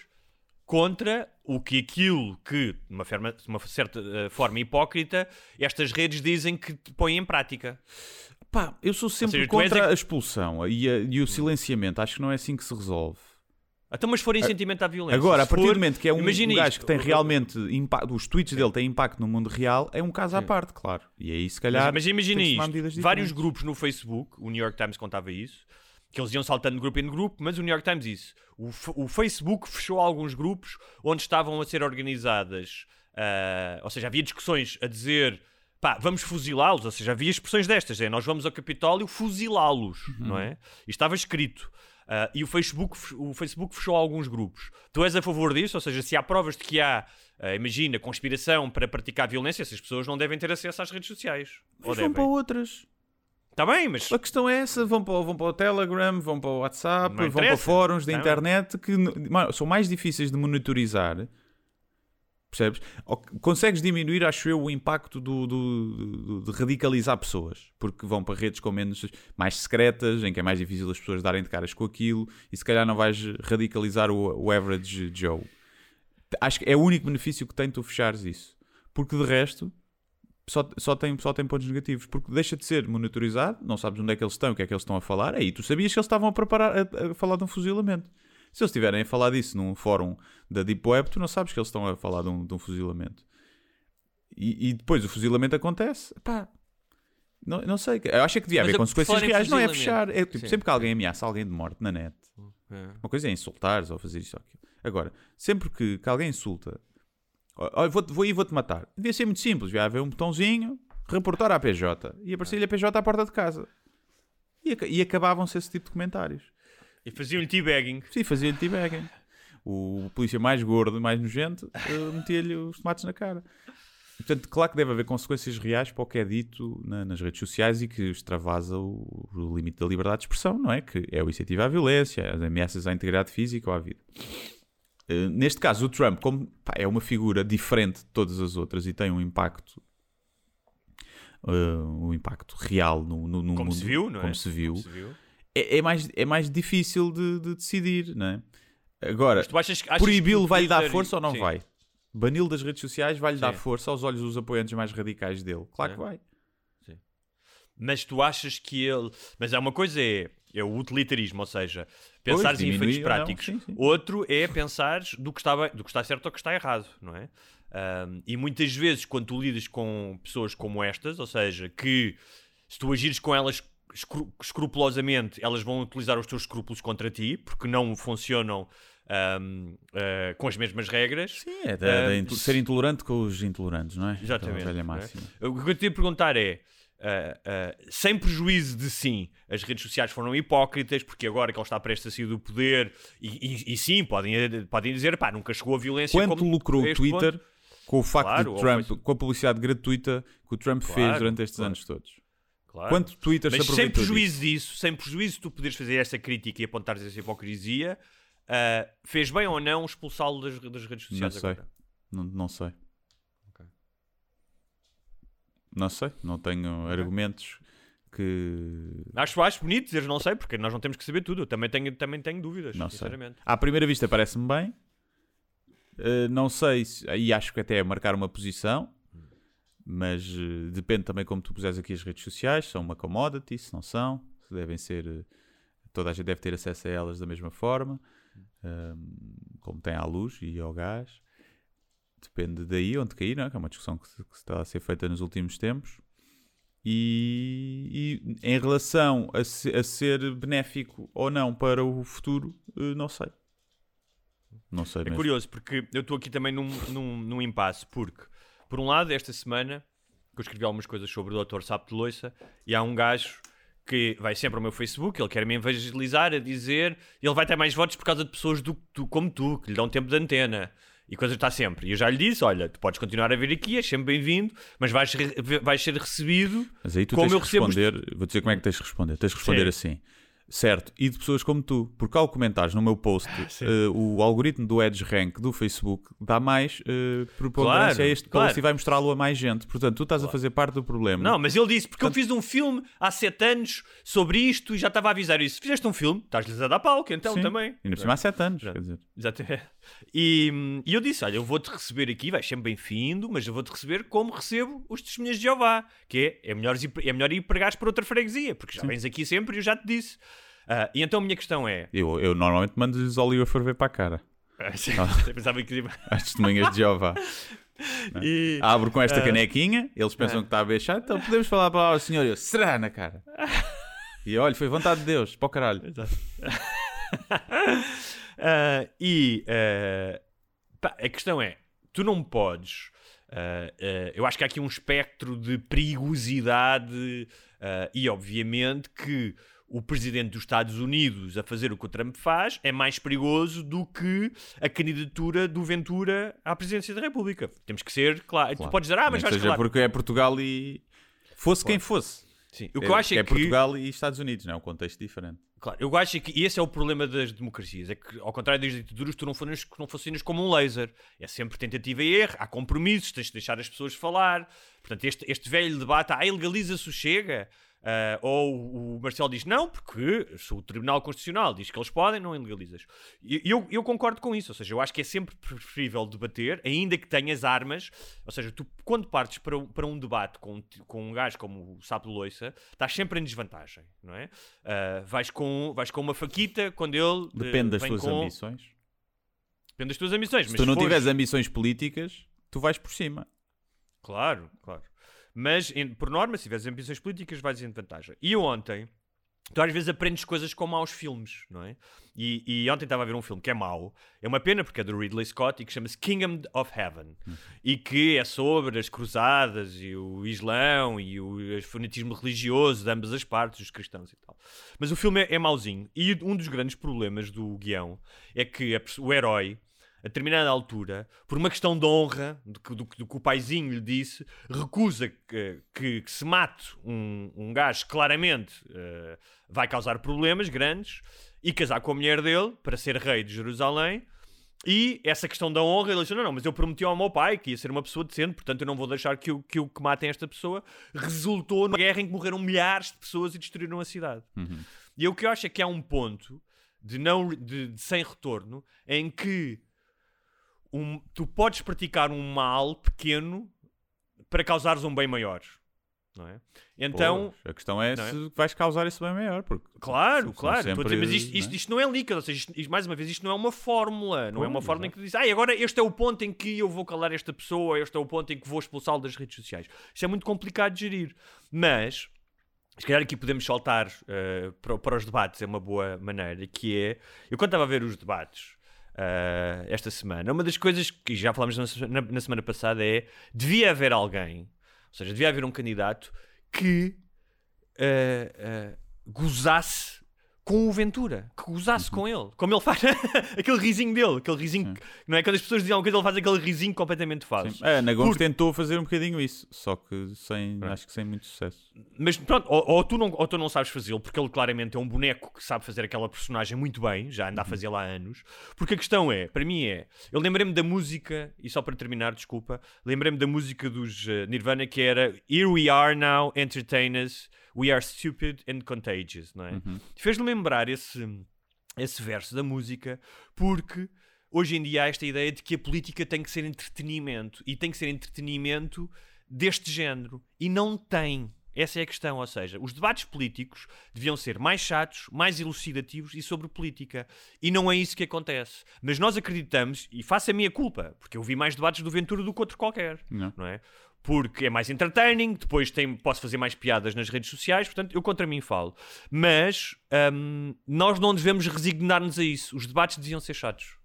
contra o que aquilo que, de uma, forma, de uma certa uh, forma hipócrita, estas redes dizem que põem em prática. Pá, eu sou sempre seja, contra a... a expulsão e, a, e o silenciamento. Acho que não é assim que se resolve. Então, mas se for incentivo à violência... Agora, a partir for... do momento que é um, um gajo isto. que tem realmente impacto, os tweets dele têm impacto no mundo real, é um caso à parte, claro. E aí, se calhar... Mas, mas imagina isto, vários grupos no Facebook, o New York Times contava isso, que eles iam saltando de grupo em grupo, mas o New York Times disse, o, o Facebook fechou alguns grupos onde estavam a ser organizadas, uh, ou seja, havia discussões a dizer, pá, vamos fuzilá-los, ou seja, havia expressões destas, é, nós vamos ao Capitólio fuzilá-los, uhum. não é? E estava escrito. Uh, e o Facebook, o Facebook fechou alguns grupos. Tu és a favor disso? Ou seja, se há provas de que há, uh, imagina, conspiração para praticar violência, essas pessoas não devem ter acesso às redes sociais. Mas ou vão devem? Para outras. Está bem, mas... A questão é essa, vão para, vão para o Telegram, vão para o WhatsApp, vão para fóruns da tá internet que mano, são mais difíceis de monitorizar, percebes? Consegues diminuir, acho eu, o impacto do, do, do, de radicalizar pessoas, porque vão para redes com menos, mais secretas, em que é mais difícil as pessoas darem de caras com aquilo, e se calhar não vais radicalizar o, o average Joe. Acho que é o único benefício que tem tu fechares isso, porque de resto... Só, só, tem, só tem pontos negativos, porque deixa de ser monitorizado, não sabes onde é que eles estão, o que é que eles estão a falar. Aí tu sabias que eles estavam a preparar a, a falar de um fuzilamento. Se eles estiverem a falar disso num fórum da Deep Web, tu não sabes que eles estão a falar de um, de um fuzilamento. E, e depois o fuzilamento acontece. Pá, não, não sei. Eu acho que devia haver consequências reais. Não é fechar. É, tipo, sempre que alguém ameaça alguém de morte na net, é. Uma coisa é insultares ou fazer isto ou aquilo. Agora, sempre que, que alguém insulta, oh, vou, vou ir e vou-te matar. Devia ser muito simples. Devia haver um botãozinho, reportar à P J. E aparecia-lhe a P J à porta de casa. E, e acabavam-se esse tipo de comentários. E faziam-lhe teabagging. Sim, faziam-lhe teabagging. O polícia mais gordo, mais nojento, uh, metia-lhe os tomates na cara. Portanto, claro que deve haver consequências reais para o que é dito na, nas redes sociais e que extravasa o, o limite da liberdade de expressão, não é? Que é o incentivo à violência, as ameaças à integridade física ou à vida. Uh, neste caso, o Trump, como pá, é uma figura diferente de todas as outras e tem um impacto, uh, um impacto real no, no, no como mundo, se viu, não é? Como se viu, como se viu. É, é, mais, é mais difícil de, de decidir, não é? Agora, achas, achas proibi-lo vai-lhe dar Twitter... força ou não Sim. vai? Bani-lo das redes sociais vai-lhe Sim. dar força aos olhos dos apoiantes mais radicais dele? Claro Sim. que vai. Sim. Mas tu achas que ele... Mas é uma coisa é, é o utilitarismo, ou seja, pensares em efeitos práticos. Sim, sim. Outro é pensares do que, está bem, do que está certo ou que está errado, não é? Um, e muitas vezes quando tu lidas com pessoas como estas, ou seja, que se tu agires com elas escru- escrupulosamente, elas vão utilizar os teus escrúpulos contra ti, porque não funcionam um, uh, com as mesmas regras. Sim, é de, de, um, de ser intolerante com os intolerantes, não é? Exatamente. Velha máxima. É? O que eu te ia perguntar é, uh, uh, sem prejuízo de sim, as redes sociais foram hipócritas, porque agora que ele está prestes a sair do poder, e, e, e sim, podem, podem dizer, pá, nunca chegou a violência. Quanto como lucrou o Twitter ponto? Com o facto Claro, de Trump, foi... com a publicidade gratuita que o Trump claro, fez durante estes claro. anos todos? Claro. Quanto Twitter Mas se sem aproveitou prejuízo disso? disso, sem prejuízo de tu poderes fazer essa crítica e apontares essa hipocrisia, uh, fez bem ou não expulsá-lo das, das redes sociais Não sei. agora? Não, não sei. Okay. Não sei. Não tenho okay. argumentos que... Acho, acho bonito dizer não sei, porque nós não temos que saber tudo. Eu também tenho, também tenho dúvidas, não sinceramente. Sei. À primeira vista parece-me bem. Uh, não sei, se, aí acho que até é marcar uma posição, mas uh, depende também como tu puseres aqui as redes sociais, são uma commodity, se não são, se devem ser, uh, toda a gente deve ter acesso a elas da mesma forma, uh, como tem à luz e ao gás, depende daí onde cair, não é? Que é uma discussão que, que está a ser feita nos últimos tempos, e, e em relação a, se, a ser benéfico ou não para o futuro, uh, não sei. Não sei é mesmo. curioso, porque eu estou aqui também num, num, num impasse, porque, por um lado, esta semana, eu escrevi algumas coisas sobre o doutor Sapo de Loiça, e há um gajo que vai sempre ao meu Facebook, ele quer me evangelizar, a dizer, ele vai ter mais votos por causa de pessoas do, do, como tu, que lhe dão tempo de antena, e coisa está sempre. E eu já lhe disse, olha, tu podes continuar a vir aqui, és sempre bem-vindo, mas vais, vais ser recebido mas aí tu como tens eu que recebo... responder, vou dizer como é que tens de responder, tens de responder Sim. assim. Certo, e de pessoas como tu, porque ao comentares no meu post, uh, o algoritmo do EdgeRank do Facebook dá mais uh, preponderância claro, a este claro. post e vai mostrá-lo a mais gente. Portanto, tu estás claro. a fazer parte do problema. Não, mas ele disse, porque Portanto... eu fiz um filme há sete anos sobre isto e já estava a avisar isso. Fizeste um filme, estás-lhes a dar palco, então Sim. também. Ainda por cima há sete anos, quer dizer. Exatamente. E, e eu disse, olha, eu vou-te receber aqui, vais sempre bem-vindo, mas eu vou-te receber como recebo os testemunhas de Jeová, que é, é, melhor, é melhor ir pregares para outra freguesia, porque já Sim. vens aqui sempre e eu já te disse. Uh, e então a minha questão é... Eu, eu normalmente mando-lhes óleo a ferver para a cara. Eu pensava que... As testemunhas de Jeová. E... Abro com esta uh... canequinha, eles pensam uh... que está a beijar, então podemos falar para o senhor, eu, será na cara? E olha, foi vontade de Deus, para o caralho. Exato. uh, e uh, pá, a questão é, tu não podes... Uh, uh, eu acho que há aqui um espectro de perigosidade uh, e obviamente que o presidente dos Estados Unidos a fazer o que o Trump faz é mais perigoso do que a candidatura do Ventura à presidência da República. Temos que ser claro. Tu podes dizer, ah, mas vais seja claro. Porque é Portugal e... Fosse claro. Quem fosse. Sim. O que é, eu acho é, é que... Portugal e Estados Unidos, não é um contexto diferente. Claro, eu acho que esse é o problema das democracias, é que ao contrário das ditaduras tu não funcionas, não funcionas como um laser, é sempre tentativa e erro, há compromissos, tens de deixar as pessoas falar, portanto este, este velho debate, ah, ilegaliza-se o Chega, Uh, ou o Marcelo diz não, porque se o Tribunal Constitucional diz que eles podem, não ilegalizas. E eu, eu concordo com isso, ou seja, eu acho que é sempre preferível debater, ainda que tenhas armas, ou seja, tu quando partes para um, para um debate com, com um gajo como o Sapo de Loiça, estás sempre em desvantagem, não é? Uh, vais, com, vais com uma faquita quando ele... Depende das vem tuas com... ambições. Depende das tuas ambições. Se mas tu não fores... tiveres ambições políticas, tu vais por cima. Claro, claro. Mas, em, por norma, se tiveres ambições políticas, vais em vantagem. E eu ontem, tu às vezes aprendes coisas com maus filmes, não é? E, e ontem estava a ver um filme que é mau. É uma pena porque é do Ridley Scott e que chama-se Kingdom of Heaven. Hum. E que é sobre as cruzadas e o Islão e o, o fanatismo religioso de ambas as partes, os cristãos e tal. Mas o filme é, é mauzinho. E um dos grandes problemas do guião é que a, o herói, a determinada altura, por uma questão de honra, do que, do, do que o paizinho lhe disse, recusa que, que, que se mate um, um gajo que claramente uh, vai causar problemas grandes e casar com a mulher dele para ser rei de Jerusalém. E essa questão da honra, ele disse, não, não, mas eu prometi ao meu pai que ia ser uma pessoa decente, portanto eu não vou deixar que o que, que matem esta pessoa. Resultou numa guerra em que morreram milhares de pessoas e destruíram a cidade. Uhum. E o que eu acho é que há um ponto de, não, de, de sem retorno em que Um, tu podes praticar um mal pequeno para causares um bem maior, não é? Então, Pô, a questão é, é se vais causar esse bem maior, porque claro, claro, sempre, dizer, mas isto, isto, isto não é líquido, ou seja, isto, isto, mais uma vez, isto não é uma fórmula, não Pô, é uma fórmula exato. em que tu dizes, ah, agora este é o ponto em que eu vou calar esta pessoa, este é o ponto em que vou expulsá-lo das redes sociais. Isto é muito complicado de gerir, mas se calhar aqui podemos saltar uh, para, para os debates, é uma boa maneira, que é, eu quando estava a ver os debates Uh, esta semana, uma das coisas que já falámos na, na, na semana passada é, devia haver alguém, ou seja, devia haver um candidato que uh, uh, gozasse com o Ventura, que gozasse uhum. com ele, como ele faz aquele risinho dele, aquele risinho, que, não é? Quando as pessoas dizem alguma coisa, ele faz aquele risinho completamente falso. É, Ana Gomes Por... tentou fazer um bocadinho isso, só que sem, é. acho que sem muito sucesso. Mas pronto, ou, ou, tu não, ou tu não sabes fazê-lo, porque ele claramente é um boneco que sabe fazer aquela personagem muito bem, já anda a fazê-la há anos. Porque a questão é, para mim é, eu lembrei-me da música, e só para terminar, desculpa, lembrei-me da música dos uh, Nirvana, que era Here we are now, entertain us, we are stupid and contagious, não é? Uhum. Fez-me lembrar esse, esse verso da música, porque hoje em dia há esta ideia de que a política tem que ser entretenimento, e tem que ser entretenimento deste género, e não tem. Essa é a questão, ou seja, os debates políticos deviam ser mais chatos, mais elucidativos e sobre política. E não é isso que acontece. Mas nós acreditamos, e faço a minha culpa, porque eu vi mais debates do Ventura do que outro qualquer, não, não é? Porque é mais entertaining, depois tem, posso fazer mais piadas nas redes sociais, portanto eu contra mim falo. Mas hum, nós não devemos resignar-nos a isso. Os debates deviam ser chatos.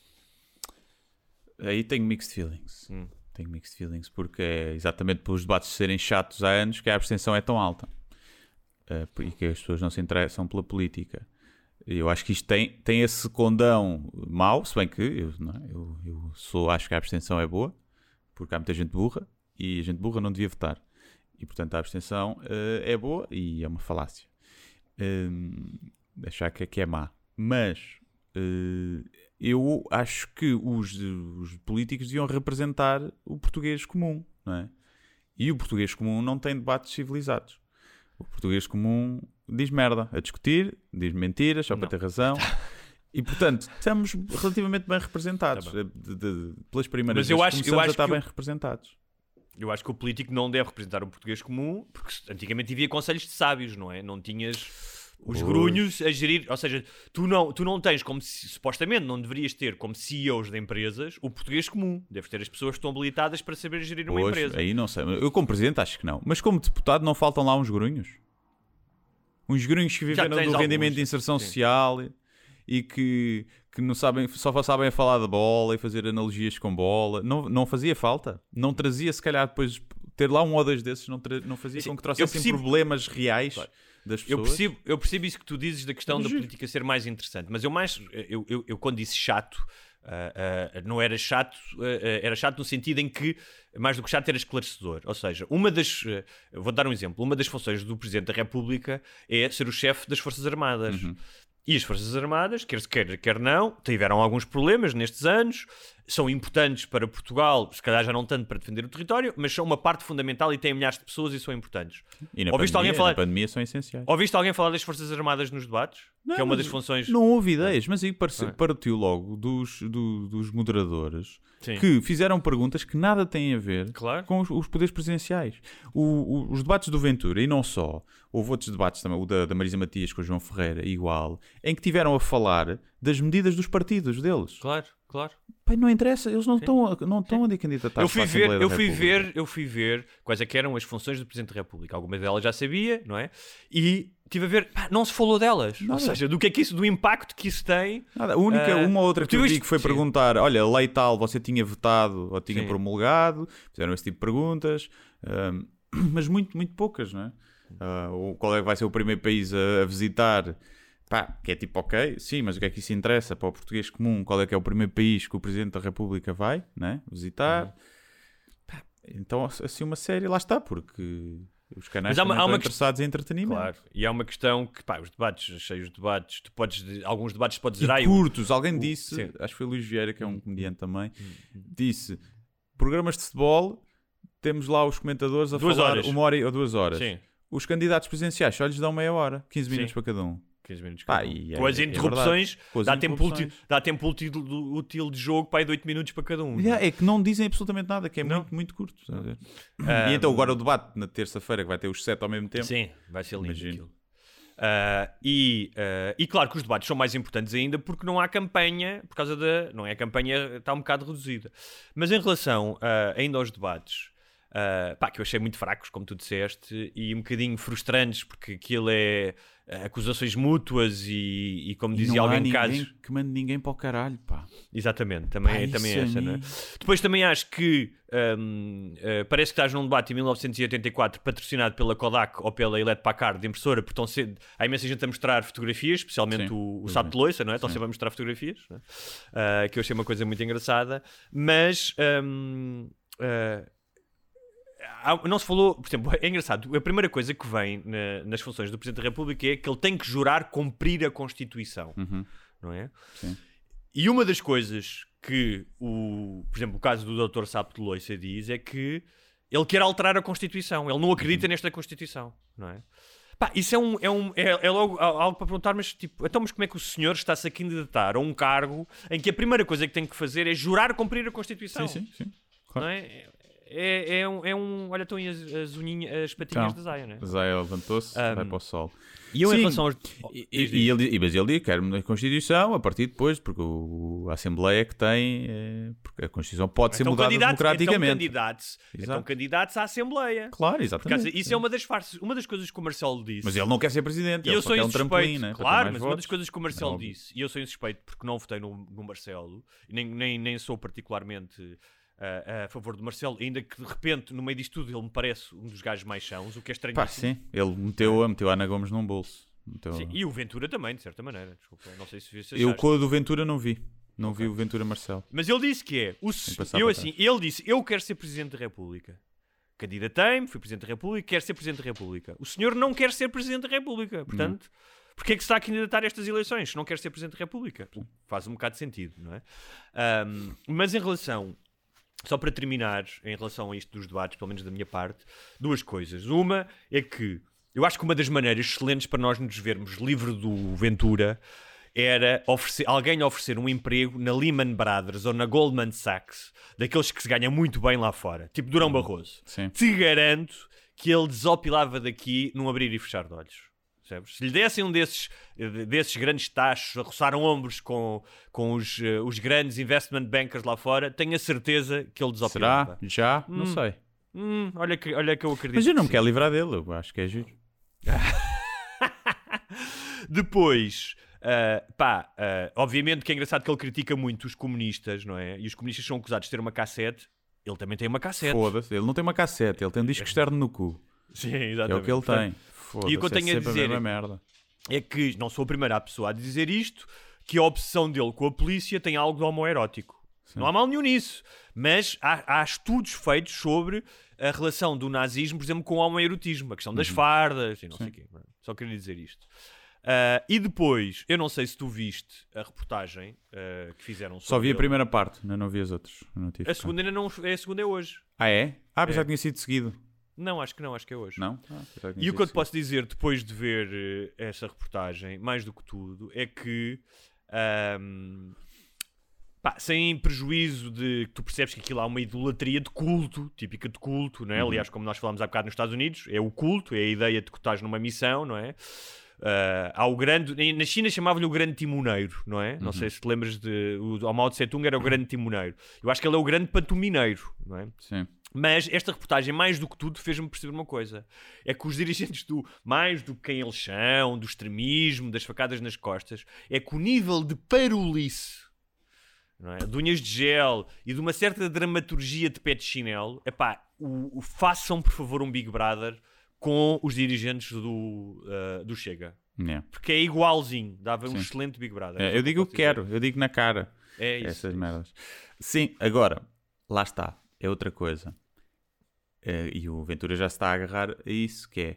Aí tenho mixed feelings. Hum. Tenho mixed feelings, porque é exatamente pelos debates serem chatos há anos que a abstenção é tão alta. Uh, e que as pessoas não se interessam pela política. Eu acho que isto tem, tem esse condão mau, se bem que eu, não, eu, eu sou, acho que a abstenção é boa, porque há muita gente burra, e a gente burra não devia votar. E, portanto, a abstenção uh, é boa e é uma falácia. Uh, achar que, que é má. Mas uh, eu acho que os, os políticos deviam representar o português comum, não é? E o português comum não tem debates civilizados. O português comum diz merda a discutir, diz mentiras só não. para ter razão. E, portanto, estamos relativamente bem representados. Tá bem. De, de, pelas primeiras Mas eu vezes acho, começamos eu acho a estar que bem eu... representados. Eu acho que o político não deve representar o português comum, porque antigamente havia conselhos de sábios, não é? Não tinhas os grunhos a gerir, ou seja, tu não, tu não tens como, supostamente não deverias ter como C E Os de empresas o português comum. Deves ter as pessoas que estão habilitadas para saber gerir uma Hoje, empresa. Aí não sei, eu como presidente acho que não. Mas como deputado não faltam lá uns grunhos? Uns grunhos que vivem do rendimento alguns. de inserção Sim. social e, e que, que não sabem, só sabem falar de bola e fazer analogias com bola. Não, não fazia falta? Não trazia, se calhar, depois ter lá um ou dois desses, não, tra- não fazia Sim, com que trouxessem percebo... problemas reais claro. das pessoas? Eu percebo, eu percebo isso que tu dizes da questão da política ser mais interessante, mas eu mais, eu, eu, eu quando disse chato, uh, uh, não era chato, uh, uh, era chato no sentido em que, mais do que chato, era esclarecedor. Ou seja, uma das, uh, vou dar um exemplo, uma das funções do Presidente da República é ser o chefe das Forças Armadas. Uhum. E as Forças Armadas, quer se queira, quer não, tiveram alguns problemas nestes anos, são importantes para Portugal, se calhar já não tanto para defender o território, mas são uma parte fundamental e têm milhares de pessoas e são importantes. E na, Ouviste pandemia, alguém falar... na pandemia são essenciais. Ouviste alguém falar das Forças Armadas nos debates? Não, que é uma das funções... Não houve ideias, mas aí partiu, partiu logo dos, do, dos moderadores Sim. que fizeram perguntas que nada têm a ver claro. com os, os poderes presidenciais. O, o, os debates do Ventura, e não só, houve outros debates também, o da, da Marisa Matias com o João Ferreira, igual, em que tiveram a falar das medidas dos partidos deles. Claro, claro. Pai, não interessa, eles não estão a, não estão a candidatar eu fui para a Assembleia ver, da eu fui República. ver, eu fui ver quais é que eram as funções do Presidente da República. Algumas delas já sabia, não é? E tive a ver, pá, não se falou delas. Nada. Ou seja, do que é que isso, do impacto que isso tem. Nada. A única, uh, uma ou outra que eu vi que foi sim. perguntar, olha, lei tal, você tinha votado ou tinha Sim. promulgado, fizeram esse tipo de perguntas, um, mas muito, muito poucas, não é? Uh, qual é que vai ser o primeiro país a, a visitar? Pá, que é tipo, ok, sim, mas o que é que isso interessa para o português comum? Qual é que é o primeiro país que o Presidente da República vai, né, visitar? Uhum. Pá, então, assim, uma série, lá está, porque os canais mas há uma, também há uma estão interessados em entretenimento. Claro, e há uma questão que, pá, os debates, cheios de debates, tu podes, alguns debates podes dizer... E ah, curtos, eu... alguém o... disse, sim. acho que foi o Luís Vieira, que é um comediante também, disse, programas de futebol, temos lá os comentadores a duas falar horas. uma hora ou duas horas. Sim. Os candidatos presidenciais só lhes dão meia hora, quinze minutos Sim. para cada um. quinze minutos Pá, cada um. e é- Com as é interrupções, verdade. Com as dá, tempo interrupções. útil, dá tempo útil, útil de jogo para aí de oito minutos para cada um. Yeah, é que não dizem absolutamente nada, que é Não. muito, muito curto. estás a ver? Ah, E então agora o debate na terça-feira, que vai ter os sete ao mesmo tempo. Sim, vai ser lindo Imagino. aquilo. Uh, e, uh, e claro que os debates são mais importantes ainda porque não há campanha, por causa da... Não é a campanha, está um bocado reduzida. Mas em relação uh, ainda aos debates, uh, pá, que eu achei muito fracos, como tu disseste, e um bocadinho frustrantes, porque aquilo é uh, acusações mútuas e, e como E dizia não há alguém, ninguém casos... que mande ninguém para o caralho, pá. Exatamente, também, Pá, também isso é a essa, mim- não é? Depois também acho que hum, uh, parece que estás num debate em mil novecentos e oitenta e quatro patrocinado pela Kodak ou pela Hewlett Packard de impressora, porque estão cedo, há imensa gente a mostrar fotografias, especialmente Sim, o, o pois sapo é. de loiça, não é? Estão Sim. sempre a mostrar fotografias, não é? Uh, que eu achei uma coisa muito engraçada, mas hum, uh, há- não se falou, por exemplo, é engraçado, a primeira coisa que vem na- nas funções do Presidente da República é que ele tem que jurar cumprir a Constituição, Uhum. não é? Sim. E uma das coisas que, o, por exemplo, o caso do doutor Sapo de Loiça diz é que ele quer alterar a Constituição. Ele não acredita Uhum. nesta Constituição, não é? Pá, isso é, um, é, um, é, é logo algo para perguntar, mas tipo, então, mas como é que o senhor está-se a candidatar a um cargo em que a primeira coisa que tem que fazer é jurar cumprir a Constituição? Sim, sim, sim. Claro. Não é? É, é, um, é um... Olha, estão aí as, as, unhinhas, as patinhas Então, da Zaya, não é? Zaya levantou-se, Um, vai para o sol. E eu em Sim. relação aos... E, e, e ele, e- mas ele diz que quer a Constituição a partir de depois, porque o, a Assembleia que tem, é, porque a Constituição pode ser Então mudada candidatos- democraticamente. Então candidatos, então Exato. candidatos à Assembleia. Claro, Porque exatamente. isso é uma das farses, uma das coisas que o Marcelo disse. Mas ele não quer ser presidente, E ele eu só sou quer um insuspeito, trampolim, né? para ter claro, mais mas uma votos. das coisas que o Marcelo É óbvio. disse, e eu sou insuspeito porque não votei no, no Marcelo, e nem, nem, nem sou particularmente uh, a favor do Marcelo, ainda que de repente, no meio disto tudo, ele me parece um dos gajos mais sãos, o que é estranho. Pá, sim, ele meteu, meteu a Ana Gomes num bolso. Meteu... Sim, e o Ventura também, de certa maneira. Desculpa, não sei se viste. Eu com o do Ventura não vi. Não vi o Ventura Marcelo. Mas ele disse que é. O se- que passar eu para assim, ele disse: eu quero ser Presidente da República. Candidatei-me, fui Presidente da República, quero ser Presidente da República. O senhor não quer ser Presidente da República. Portanto, porque é que se está a candidatar a estas eleições se não quer ser Presidente da República? Faz um bocado de sentido, não é? Ahm, mas em relação, só para terminar, em relação a isto dos debates, pelo menos da minha parte, duas coisas. Uma é que eu acho que uma das maneiras excelentes para nós nos vermos livre do Ventura era oferecer, alguém oferecer um emprego na Lehman Brothers ou na Goldman Sachs, daqueles que se ganham muito bem lá fora, tipo Durão Barroso. Sim. Te garanto que ele desopilava daqui num abrir e fechar de olhos. Percebes? Se lhe dessem um desses, desses grandes tachos a roçar ombros com, com os, uh, os grandes investment bankers lá fora, tenho a certeza que ele desopilava. Será? Já? Não Hum. sei. Hum, olha, que, olha que eu acredito. Mas eu não me que quero livrar dele, eu acho que é giro. Depois, uh, pá, uh, obviamente que é engraçado que ele critica muito os comunistas, não é? E os comunistas são acusados de ter uma cassete. Ele também tem uma cassete. Foda-se, ele não tem uma cassete, ele tem um disco externo no cu. Sim, É exatamente. o que ele Portanto, tem. Foda-se, e o que eu tenho é a sempre dizer mesma merda. é que não sou a primeira pessoa a dizer isto, que a obsessão dele com a polícia tem algo de homoerótico. Não há mal nenhum nisso. Mas há, há estudos feitos sobre a relação do nazismo, por exemplo, com o homoerotismo. A questão das fardas e não sei o quê. Só queria dizer isto. Uh, e depois, eu não sei se tu viste a reportagem uh, que fizeram sobre Só vi a ele. primeira parte, não, não vi as outras. Não tive A segunda ainda não... A segunda é hoje. Ah, é? Ah, mas É. já tinha sido seguido. Não, acho que não, acho que é hoje. Não? Ah, já tinha E o sido que eu te seguido. posso dizer depois de ver uh, essa reportagem, mais do que tudo, é que um, pá, sem prejuízo de que tu percebes que aquilo há uma idolatria de culto, típica de culto, não é? Uhum. Aliás, como nós falámos há bocado nos Estados Unidos, é o culto, é a ideia de que tu estás numa missão, não é? Uh, há o grande, na China chamavam-lhe o grande timoneiro, não é? Não Uhum. sei se te lembras de o, o Mao Tse Tung era o grande timoneiro. Eu acho que ele é o grande pantomineiro, não é? Sim. Mas esta reportagem, mais do que tudo, fez-me perceber uma coisa. É que os dirigentes do, mais do que quem eles são, do extremismo, das facadas nas costas, é que o nível de parolice, não é? De unhas de gel e de uma certa dramaturgia de pé de chinelo, epá, o, o, façam por favor um Big Brother com os dirigentes do, uh, do Chega. Yeah. Porque é igualzinho, dava um Sim. excelente Big Brother. É, eu digo o que quero, eu digo na cara. É isso. Essas é merdas. Sim, agora, lá está. É outra coisa. É, e o Ventura já se está a agarrar a isso, que é,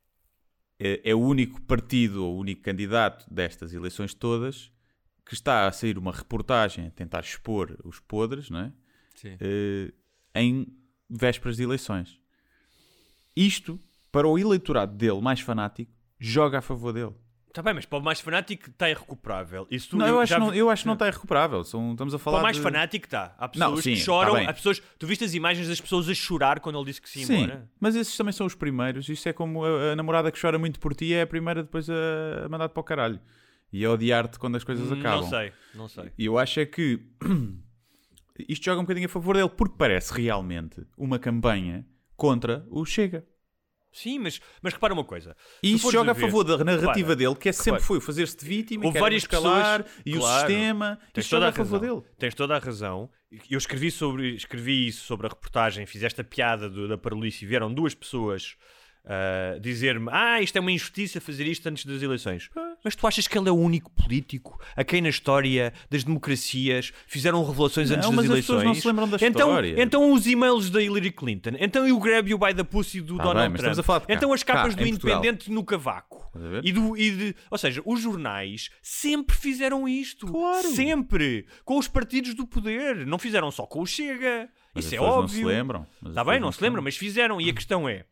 é, é o único partido, ou o único candidato destas eleições todas que está a sair uma reportagem a tentar expor os podres, não é? Sim. Eh, em vésperas de eleições. Isto, para o eleitorado dele mais fanático, joga a favor dele. Está bem, mas para o mais fanático está irrecuperável. Isso tu, Não, eu, acho já que não, vi- eu acho que não está irrecurável. São, estamos a falar Para o mais de... fanático está. Há pessoas Não, sim, que choram. tá bem. Há pessoas... Tu viste as imagens das pessoas a chorar quando ele disse que se ia Sim, embora? mas esses também são os primeiros. Isto é como a, a namorada que chora muito por ti é a primeira depois a, a mandar-te para o caralho. E a odiar-te quando as coisas Hum, acabam. Não sei, não sei. E eu acho é que isto joga um bocadinho a favor dele, porque parece realmente uma campanha contra o Chega. Sim, mas, mas repara uma coisa. E Se isso fores joga a ver- favor da narrativa repara, dele, que é sempre repara. foi o fazer-se de vítima, Houve e várias calar pessoas- e o claro. sistema. Tens Isto toda joga a a favor razão. dele. Tens toda a razão. Eu escrevi, sobre, escrevi isso sobre a reportagem, fiz esta piada do, da parolice e vieram duas pessoas uh, dizer-me: ah, isto é uma injustiça fazer isto antes das eleições. Mas tu achas que ele é o único político a quem na história das democracias fizeram revelações Não, antes das mas as eleições? pessoas não se lembram da então, história. Então os e-mails da Hillary Clinton, então e o grab you by the pussy do Tá Donald bem, mas Trump, estamos a falar de cá. então as capas Cá, do em Portugal. Independente no cavaco. Estás a ver? E do, e de, ou seja, os jornais sempre fizeram isto. Claro. Sempre. Com os partidos do poder. Não fizeram só com o Chega. Mas Isso as é pessoas óbvio. não se lembram. Mas Está as bem, pessoas não se lembram, mas fizeram. E a questão é...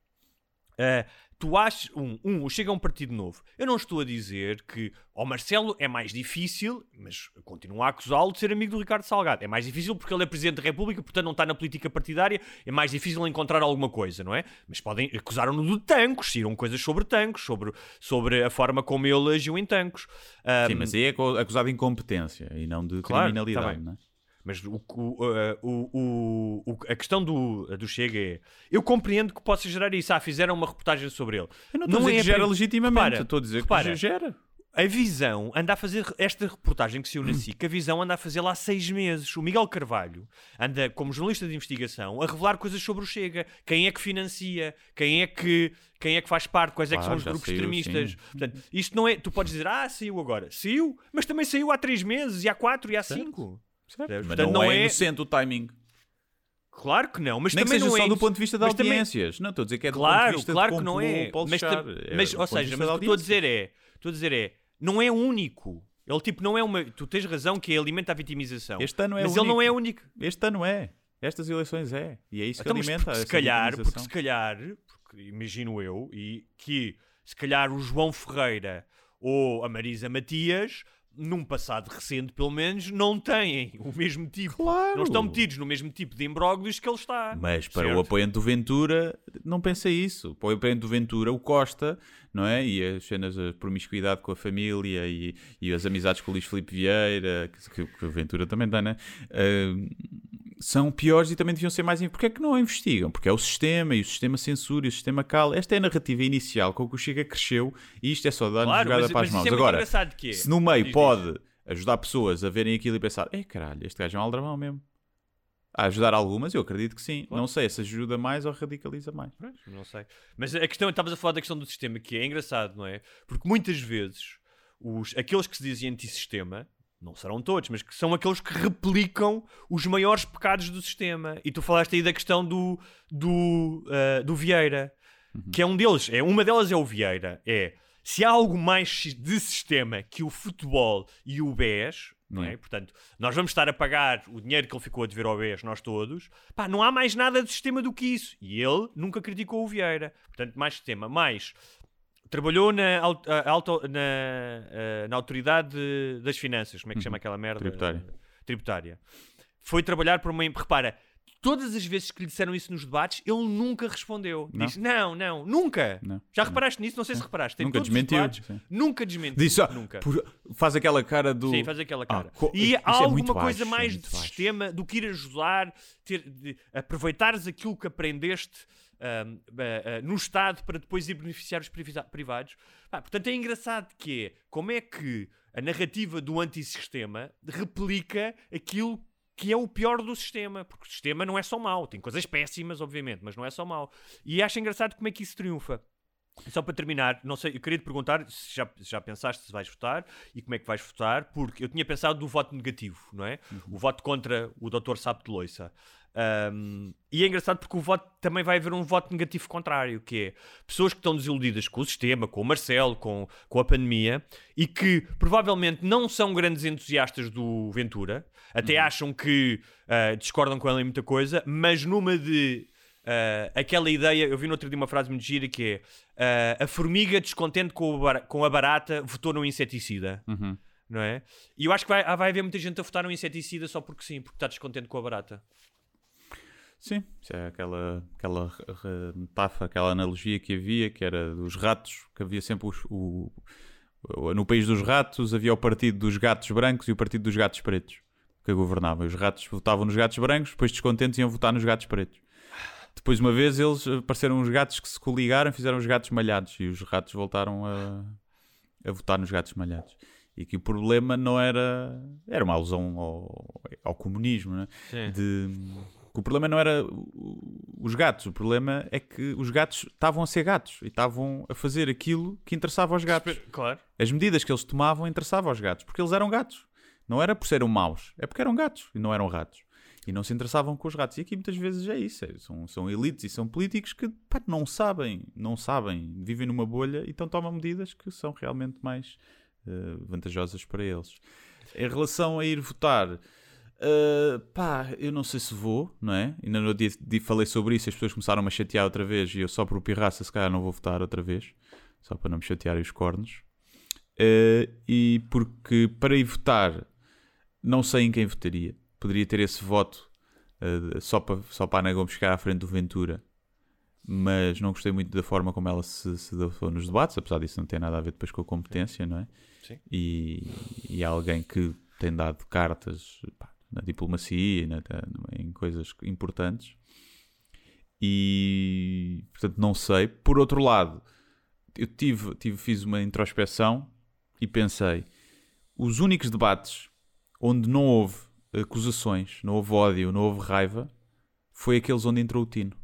Uh, tu achas... Um, um, o Chega é um partido novo. Eu não estou a dizer que ao Marcelo é mais difícil, mas continuo a acusá-lo de ser amigo do Ricardo Salgado. É mais difícil porque ele é Presidente da República, portanto não está na política partidária. É mais difícil encontrar alguma coisa, não é? Mas podem... Acusaram-no de tancos. Saíram coisas sobre tancos, sobre, sobre a forma como ele agiu em tancos. Um, Sim, mas aí é co- acusado de incompetência e não de Claro, criminalidade. tá bem. Não é? Mas o, o, uh, o, o, o- a questão do, do Chega é... Eu compreendo que possa gerar isso. Ah, fizeram uma reportagem sobre ele. Eu não estou a dizer é que gera prim- legitimamente. Repara, Estou a dizer repara, que gera. A Visão anda a fazer... Esta reportagem que saiu na S I C, a Visão anda a fazer lá há seis meses. O Miguel Carvalho anda, como jornalista de investigação, a revelar coisas sobre o Chega. Quem é que financia? Quem é que... Quem é que faz parte? Quais é que Claro, são os já grupos saiu, extremistas? sim. Portanto, isto não é... Tu podes dizer, ah, saiu agora. Saiu, mas também saiu há três meses, e há quatro, e há cinco. Mas Portanto, não, não é é- inocente o timing. Claro que não, mas Nem que também seja não só é... do ponto de vista de mas também- audiências. Não, estou a dizer que é do ponto Claro, de vista claro de que não como é. Paulo Mas, Char. tam- É mas do ou ponto de seja, vista mas da o que estou a audiência. dizer é, estou a dizer é, não é único. Ele tipo não é uma, tu tens razão que alimenta a vitimização. Este ano é mas único. ele não é único. Este ano é. Estas eleições é. E é isso que Então, mas alimenta porque se essa calhar, porque vitimização. se calhar, porque imagino eu, e que se calhar o João Ferreira ou a Marisa Matias, num passado recente pelo menos, não têm o mesmo tipo. Claro. Não estão metidos no mesmo tipo de imbróglios que ele está. Mas para Certo? o apoiante do Ventura, não pensa isso. Para o apoiante do Ventura, o Costa, não é? E as cenas, a promiscuidade com a família e, e as amizades com o Luís Filipe Vieira, que, que o Ventura também tem, né? Uh, são piores e também deviam ser mais... Porquê é que não a investigam? Porque é o sistema, e o sistema censura, e o sistema cala. Esta é a narrativa inicial com que o Chega cresceu, e isto é só dar Claro, jogada mas- para mas as mãos. isso é muito Agora, engraçado que é. se no meio Diz, pode ajudar pessoas a verem aquilo e pensar, ei caralho, este gajo é um aldrabão mesmo. A ajudar algumas, eu acredito que sim. Claro. Não sei se ajuda mais ou radicaliza mais. Pois, não sei. Mas a questão, estavas a falar da questão do sistema, que é engraçado, não é? Porque muitas vezes os, aqueles que se dizem antissistema, não serão todos, mas que são aqueles que replicam os maiores pecados do sistema. E tu falaste aí da questão do, do, uh, do Vieira, Uhum. que é um deles. É, uma delas é o Vieira. É, se há algo mais de sistema que o futebol e o B E S, não é? Portanto, nós vamos estar a pagar o dinheiro que ele ficou a dever ao B E S, nós todos, pá, não há mais nada de sistema do que isso. E ele nunca criticou o Vieira. Portanto, mais sistema, mais... Trabalhou na, auto, na, na autoridade das finanças, como é que chama aquela merda? Tributária. Tributária. Foi trabalhar por uma... Repara, todas as vezes que lhe disseram isso nos debates, ele nunca respondeu. Não. Disse, não, não, nunca. Não. Já reparaste nisso? Não sei se reparaste. Tem Nunca todos os desmentiu. debates, Sim. nunca desmentiu. Diz só, nunca. por- faz aquela cara do... Sim, faz aquela cara. Ah, co- e isso há é alguma muito coisa baixo, mais é de muito baixo. sistema do que ir ajudar, ter, de, aproveitares aquilo que aprendeste ahm, ah, ah, no Estado para depois ir beneficiar os privisa- privados. Pá, portanto, é engraçado que é como é que a narrativa do antissistema replica aquilo que é o pior do sistema, porque o sistema não é só mau, tem coisas péssimas, obviamente, mas não é só mau. E acho engraçado como é que isso triunfa. Só para terminar, não sei, eu queria te perguntar se já, se já pensaste se vais votar e como é que vais votar, porque eu tinha pensado do voto negativo, não é? Uhum. O voto contra o doutor Sapo de Loiça. Um, e é engraçado porque o voto também vai haver um voto negativo contrário, que é pessoas que estão desiludidas com o sistema, com o Marcelo, com, com a pandemia e que provavelmente não são grandes entusiastas do Ventura, até uhum. acham que uh, discordam com ele em muita coisa, mas numa de uh, aquela ideia, eu vi no outro dia uma frase muito gira que é uh, a formiga descontente com, o bar- com a barata votou no inseticida. Uhum. Não é? E eu acho que vai, vai haver muita gente a votar no inseticida só porque sim, porque está descontente com a barata. Sim, isso é aquela, aquela metáfora, aquela analogia que havia, que era dos ratos, que havia sempre os, o, o, no país dos ratos havia o partido dos gatos brancos e o partido dos gatos pretos, que governava. Os ratos votavam nos gatos brancos, depois descontentes iam votar nos gatos pretos. Depois, uma vez, eles apareceram uns gatos que se coligaram e fizeram os gatos malhados, e os ratos voltaram a, a votar nos gatos malhados. E que o problema não era... Era uma alusão ao, ao comunismo, né? De... O problema não era os gatos, o problema é que os gatos estavam a ser gatos e estavam a fazer aquilo que interessava aos gatos. Claro. As medidas que eles tomavam interessavam aos gatos, porque eles eram gatos. Não era por serem maus, é porque eram gatos e não eram ratos. E não se interessavam com os ratos. E aqui muitas vezes é isso. É, são, são elites e são políticos que pá, não sabem, não sabem, vivem numa bolha e então tomam medidas que são realmente mais uh, vantajosas para eles. Em relação a ir votar... Uh, pá, eu não sei se vou, não é? Ainda no dia de falei sobre isso, as pessoas começaram a me chatear outra vez e eu só por pirraça se calhar não vou votar outra vez, só para não me chatearem os cornos. Uh, e porque para ir votar não sei em quem votaria. Poderia ter esse voto uh, só para, só para a Ana Gomes ficar à frente do Ventura, mas não gostei muito da forma como ela se, se deu nos debates, apesar disso não ter nada a ver depois com a competência, não é? Sim. E, e há alguém que tem dado cartas, pá, na diplomacia, na, em coisas importantes. E, portanto, não sei. Por outro lado, eu tive, tive, fiz uma introspeção e pensei, os únicos debates onde não houve acusações, não houve ódio, não houve raiva, foi aqueles onde entrou o Tino.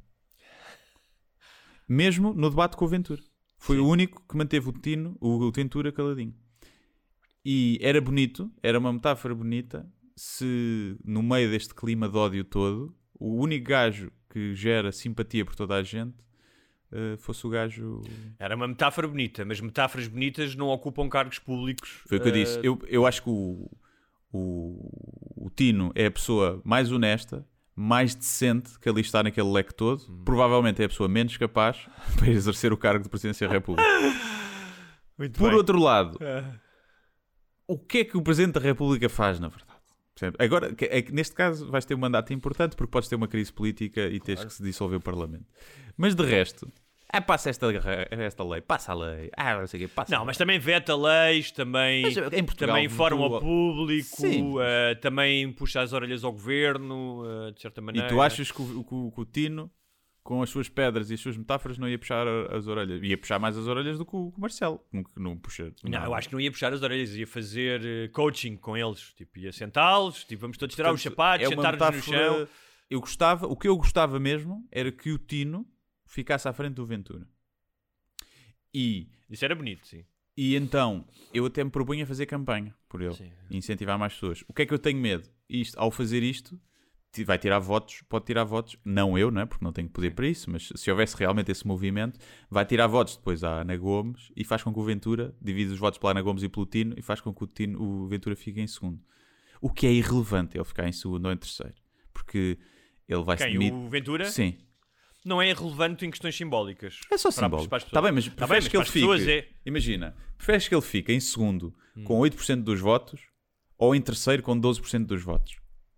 Mesmo no debate com o Ventura. Foi Sim. o único que manteve o Tino, o Ventura caladinho. E era bonito, era uma metáfora bonita, se no meio deste clima de ódio todo, o único gajo que gera simpatia por toda a gente uh, fosse o gajo... Era uma metáfora bonita, mas metáforas bonitas não ocupam cargos públicos. Foi o que eu uh... disse. Eu, eu acho que o, o, o Tino é a pessoa mais honesta, mais decente que ali está naquele leque todo. Hum. Provavelmente é a pessoa menos capaz para exercer o cargo de Presidência da República. Muito por bem. outro lado... Uh... O que é que o Presidente da República faz, na verdade? Agora, é que neste caso vais ter um mandato importante porque podes ter uma crise política e tens que se dissolver o Parlamento. Mas de resto, ah, passa esta, esta lei, passa a lei. Ah, não sei o quê, passa. Não, mas também veta leis, também, em Portugal, também informa tu... ao público, uh, também puxa as orelhas ao governo, uh, de certa maneira. E tu achas que o, que, o, que o Tino, com as suas pedras e as suas metáforas, não ia puxar as orelhas? Ia puxar mais as orelhas do que o Marcelo. Não, não puxa. Não, não, eu acho que não ia puxar as orelhas, ia fazer uh, coaching com eles. Tipo, ia sentá-los, tipo, vamos todos tirar Portanto, os sapatos, é sentar-nos no chão. Eu gostava, o que eu gostava mesmo era que o Tino ficasse à frente do Ventura. E... Isso era bonito, sim. E então, eu até me propunha fazer campanha por ele. Sim. E incentivar mais pessoas. O que é que eu tenho medo? Isto, ao fazer isto, vai tirar votos, pode tirar votos, não eu, não é? Porque não tenho poder para isso, mas se houvesse realmente esse movimento, vai tirar votos depois à Ana Gomes e faz com que o Ventura divide os votos pela Ana Gomes e pelo Tino e faz com que o, Tino, o Ventura fique em segundo. O que é irrelevante ele ficar em segundo ou em terceiro, porque ele vai Quem? se demitir. O Ventura? Sim. Não é irrelevante em questões simbólicas. É só Para- simbólico. para as Está bem, mas pessoas. preferes Tá bem, que ele mas para as pessoas fique... é- Imagina, preferes que ele fique em segundo com oito por cento dos votos ou em terceiro com doze por cento dos votos?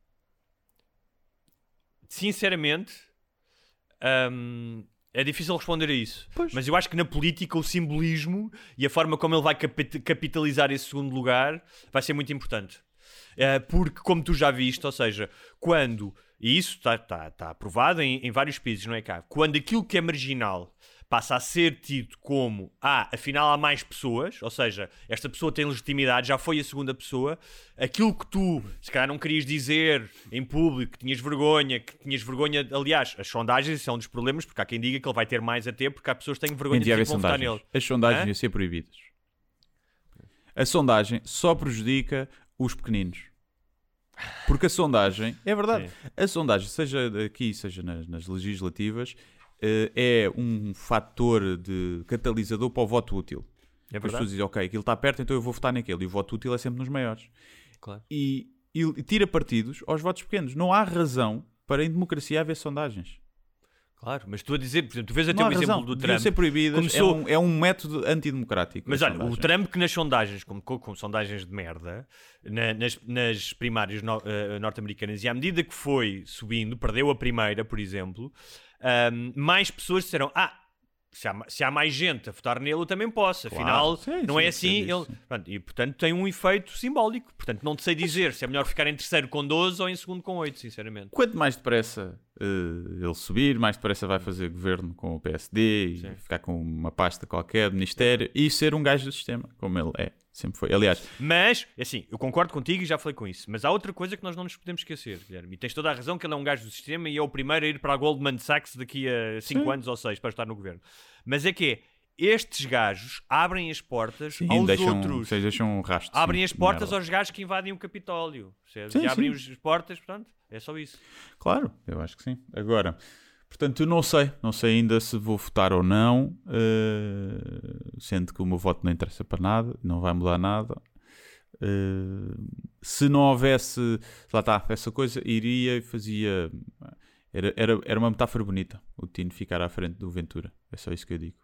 Sinceramente, hum, é difícil responder a isso. Pois. Mas eu acho que na política o simbolismo e a forma como ele vai capit- capitalizar esse segundo lugar vai ser muito importante. Eh, porque, como tu já viste, ou seja, quando, e isso está tá, tá aprovado em, em vários países, não é cá? Quando aquilo que é marginal passa a ser tido como, ah, afinal há mais pessoas, ou seja, esta pessoa tem legitimidade, já foi a segunda pessoa, aquilo que tu, se calhar não querias dizer em público, que tinhas vergonha, que tinhas vergonha, aliás, as sondagens são um dos problemas, porque há quem diga que ele vai ter mais a ter, porque há pessoas que têm vergonha de Devia dizer haver que vão votar sondagens. nele. As sondagens Hã? iam ser proibidas. A sondagem só prejudica os pequeninos. Porque a sondagem, é verdade, Sim. a sondagem, seja aqui, seja nas, nas legislativas, eh, é um fator de catalisador para o voto útil. É Porque as verdade. pessoas dizem, ok, aquilo está perto, então eu vou votar naquele. E o voto útil é sempre nos maiores. Claro. E, e tira partidos aos votos pequenos. Não há razão para em democracia haver sondagens. Claro, mas estou a dizer, por exemplo, tu vês até Não o há exemplo razão. do Deviam Trump. ser proibidas. começou- É, um, é um método antidemocrático. Mas a olha, o sondagem. Trump que nas sondagens, como com, com sondagens de merda, na- nas, nas primárias no- eh, norte-americanas, e à medida que foi subindo, perdeu a primeira, por exemplo, ahm, mais pessoas disseram, ah, se há, ma- se há mais gente a votar nele, eu também posso. Claro, Afinal, sim, não sim, é eu assim. sei Ele... disso. Pronto, e, portanto, tem um efeito simbólico. Portanto, não te sei dizer se é melhor ficar em terceiro com doze ou em segundo com oito, sinceramente. Quanto mais depressa eh, ele subir, mais depressa vai fazer governo com o P S D e Sim. ficar com uma pasta qualquer de ministério e ser um gajo do sistema, como ele é. Sempre foi. Aliás, Mas, assim, eu concordo contigo e já falei com isso. Mas há outra coisa que nós não nos podemos esquecer, Guilherme. E tens toda a razão que ele é um gajo do sistema e é o primeiro a ir para a Goldman Sachs daqui a cinco anos ou seis para estar no governo. Mas é que é, estes gajos abrem as portas sim, aos deixam, outros. vocês deixam um rastro. Abrem sim, as portas merda. aos gajos que invadem o Capitólio. Percebes? Sim, E abrem sim. as portas, portanto, é só isso. Claro, eu acho que sim. Agora, portanto, eu não sei. Não sei ainda se vou votar ou não, eh, sendo que o meu voto não interessa para nada, não vai mudar nada. Eh, se não houvesse, lá está, essa coisa, iria e fazia. Era, era, era uma metáfora bonita o Tino ficar à frente do Ventura. É só isso que eu digo.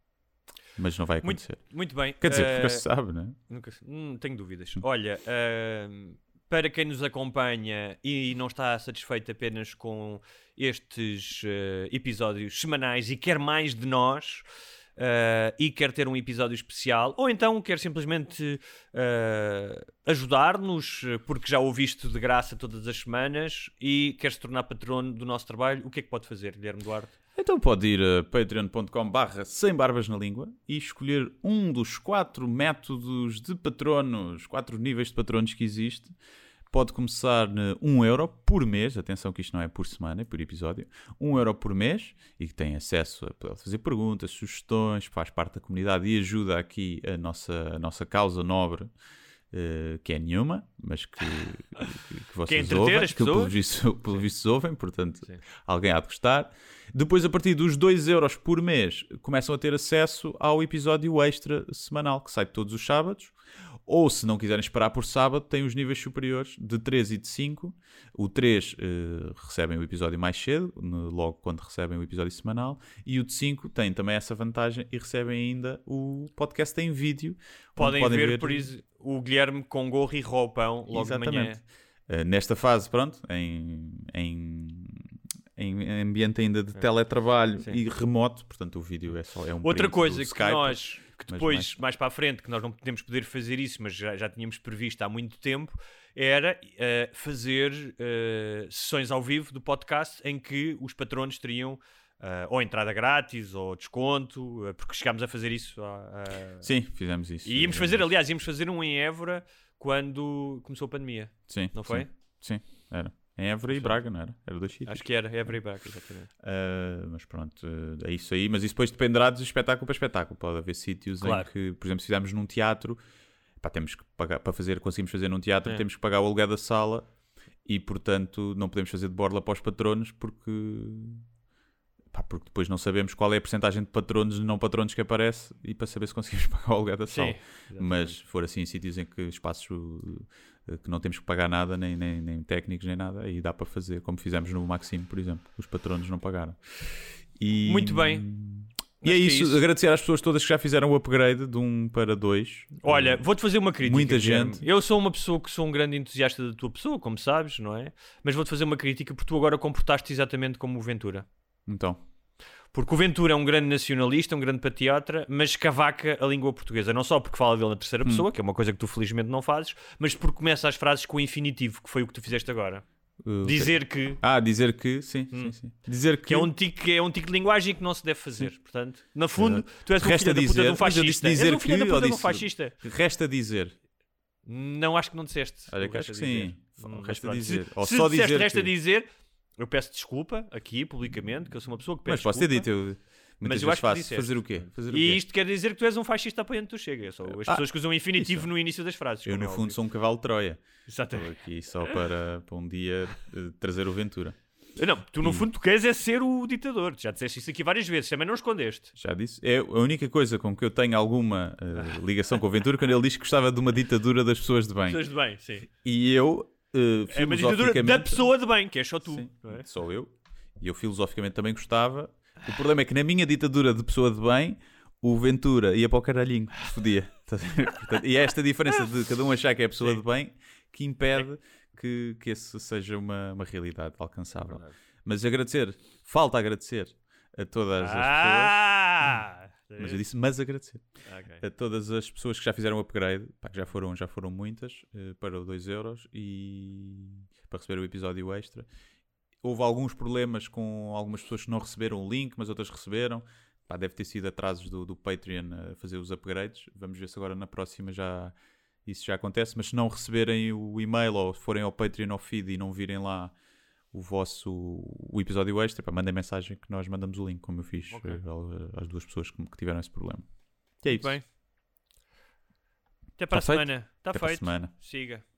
Mas não vai Muito, acontecer. muito bem. Quer dizer, Eh, nunca se sabe, não é? Nunca, hum, tenho dúvidas. Olha, ahm, para quem nos acompanha e não está satisfeito apenas com estes eh, episódios semanais e quer mais de nós eh, e quer ter um episódio especial, ou então quer simplesmente eh, ajudar-nos, eh, porque já ouviste de graça todas as semanas e quer se tornar patrono do nosso trabalho, o que é que pode fazer, Guilherme Duarte? Então pode ir a patreon ponto com barra sem barbas na língua e escolher um dos quatro métodos de patronos, quatro níveis de patronos que existe. Pode começar no um euro por mês, atenção que isto não é por semana, é por episódio, um euro por mês, e que tem acesso a poder fazer perguntas, sugestões, faz parte da comunidade e ajuda aqui a nossa, a nossa causa nobre, eh, que é nenhuma, mas que, que, que vocês entreter ouvem, as que pelo pessoas. visto, pelo visto ouvem, portanto Sim. alguém há de gostar. Depois, a partir dos dois euros por mês, começam a ter acesso ao episódio extra semanal, que sai todos os sábados. Ou, se não quiserem esperar por sábado, tem os níveis superiores de três e de cinco. O três eh, recebem o episódio mais cedo, no- logo quando recebem o episódio semanal. E o de cinco tem também essa vantagem e recebem ainda o podcast em vídeo. onde Podem, ver, por isso, o Guilherme com gorro e roupão logo de manhã. Exatamente. Eh, nesta fase, pronto, em, em, em ambiente ainda de teletrabalho Sim. e remoto, portanto o vídeo é só é um Outra print coisa do que Skype, nós, que mas depois, mais- mais... para a frente, que nós não podemos poder fazer isso, mas já, já tínhamos previsto há muito tempo, era eh, fazer eh, sessões ao vivo do podcast em que os patronos teriam eh, ou entrada grátis ou desconto, eh, porque chegámos a fazer isso. a- a- Sim, fizemos isso. E íamos fazer, aliás, íamos fazer um em Évora quando começou a pandemia. Sim, não foi? Sim, sim, era. Em Évora e Braga, não era? Era dois sítios. Acho que era Évora e Braga, exatamente. Uh, mas pronto, uh, é isso aí. Mas isso depois dependerá de espetáculo para espetáculo. Pode haver sítios Claro. em que, por exemplo, se fizermos num teatro, pá, temos que pagar, para fazer, conseguimos fazer num teatro, É. temos que pagar o aluguel da sala e portanto não podemos fazer de borla para os patronos porque, pá, porque depois não sabemos qual é a percentagem de patronos e não patronos que aparece e para saber se conseguimos pagar o aluguel da sala. Mas se for assim em sítios em que espaços que não temos que pagar nada, nem, nem, nem técnicos nem nada, aí dá para fazer, como fizemos no Maxime, por exemplo, os patronos não pagaram. E... Muito bem. E é isso, é isso, agradecer às pessoas todas que já fizeram o upgrade de um para dois. Olha, vou-te fazer uma crítica. Muita Guilherme. gente. Eu sou uma pessoa que sou um grande entusiasta da tua pessoa, como sabes, não é? Mas vou-te fazer uma crítica porque tu agora comportaste exatamente como o Ventura. Então. Porque o Ventura é um grande nacionalista, um grande patriota, mas escavaca a língua portuguesa. Não só porque fala dele na terceira pessoa, hum. que é uma coisa que tu felizmente não fazes, mas porque começa as frases com o infinitivo, que foi o que tu fizeste agora. Uh, dizer que... Ah, dizer que, sim, hum. sim, sim. Dizer que... Que é um tico, é um tico de linguagem que não se deve fazer. Sim. Portanto, no fundo, uh, tu és um filho da puta de um fascista. Dizer és um filho que, da puta de um disse, fascista. Resta dizer. Não, acho que não disseste. Olha, que acho que sim. Hum, resta dizer. Se, Ou se só disseste dizer resta que... dizer, eu peço desculpa aqui, publicamente, que eu sou uma pessoa que peço Mas posso desculpa. ter dito, eu... Muitas mas eu acho que faço. disseste. Fazer o quê? Fazer o e quê? isto quer dizer que tu és um fascista apoiante do Chega. É só as ah, pessoas que usam infinitivo isso. no início das frases. Eu, no é fundo, óbvio. sou um cavalo de Troia. Exatamente. Estou aqui só para, para um dia uh, trazer o Ventura. Não, tu no e... fundo tu queres é ser o ditador. Já disseste isso aqui várias vezes, também não escondeste. Já disse. É a única coisa com que eu tenho alguma uh, ligação com o Ventura quando ele diz que gostava de uma ditadura das pessoas de bem. Pessoas de bem, sim. E eu, uh, é uma ditadura da pessoa de bem, que é só tu. Sim, não é? Só eu. E eu filosoficamente também gostava. O problema é que na minha ditadura de pessoa de bem, o Ventura ia para o caralhinho, se podia. Portanto, e é esta diferença de cada um achar que é pessoa sim. de bem que impede que, que esse seja uma, uma realidade alcançável. Mas agradecer, falta agradecer a todas as ah, pessoas. Mas eu disse, mas agradecer okay. a todas as pessoas que já fizeram o upgrade, pá, que já foram, já foram muitas, uh, para o dois euros e para receber o episódio extra. Houve alguns problemas com algumas pessoas que não receberam o link, mas outras receberam. Pá, deve ter sido atrasos do, do Patreon a fazer os upgrades. Vamos ver se agora na próxima já isso já acontece. Mas se não receberem o e-mail ou forem ao Patreon ou feed e não virem lá o vosso o episódio extra, pá, mandem mensagem que nós mandamos o link, como eu fiz okay. às duas pessoas que, que tiveram esse problema. E é isso. Bem. Até para tá a semana. Está feito. feito. Semana. Siga.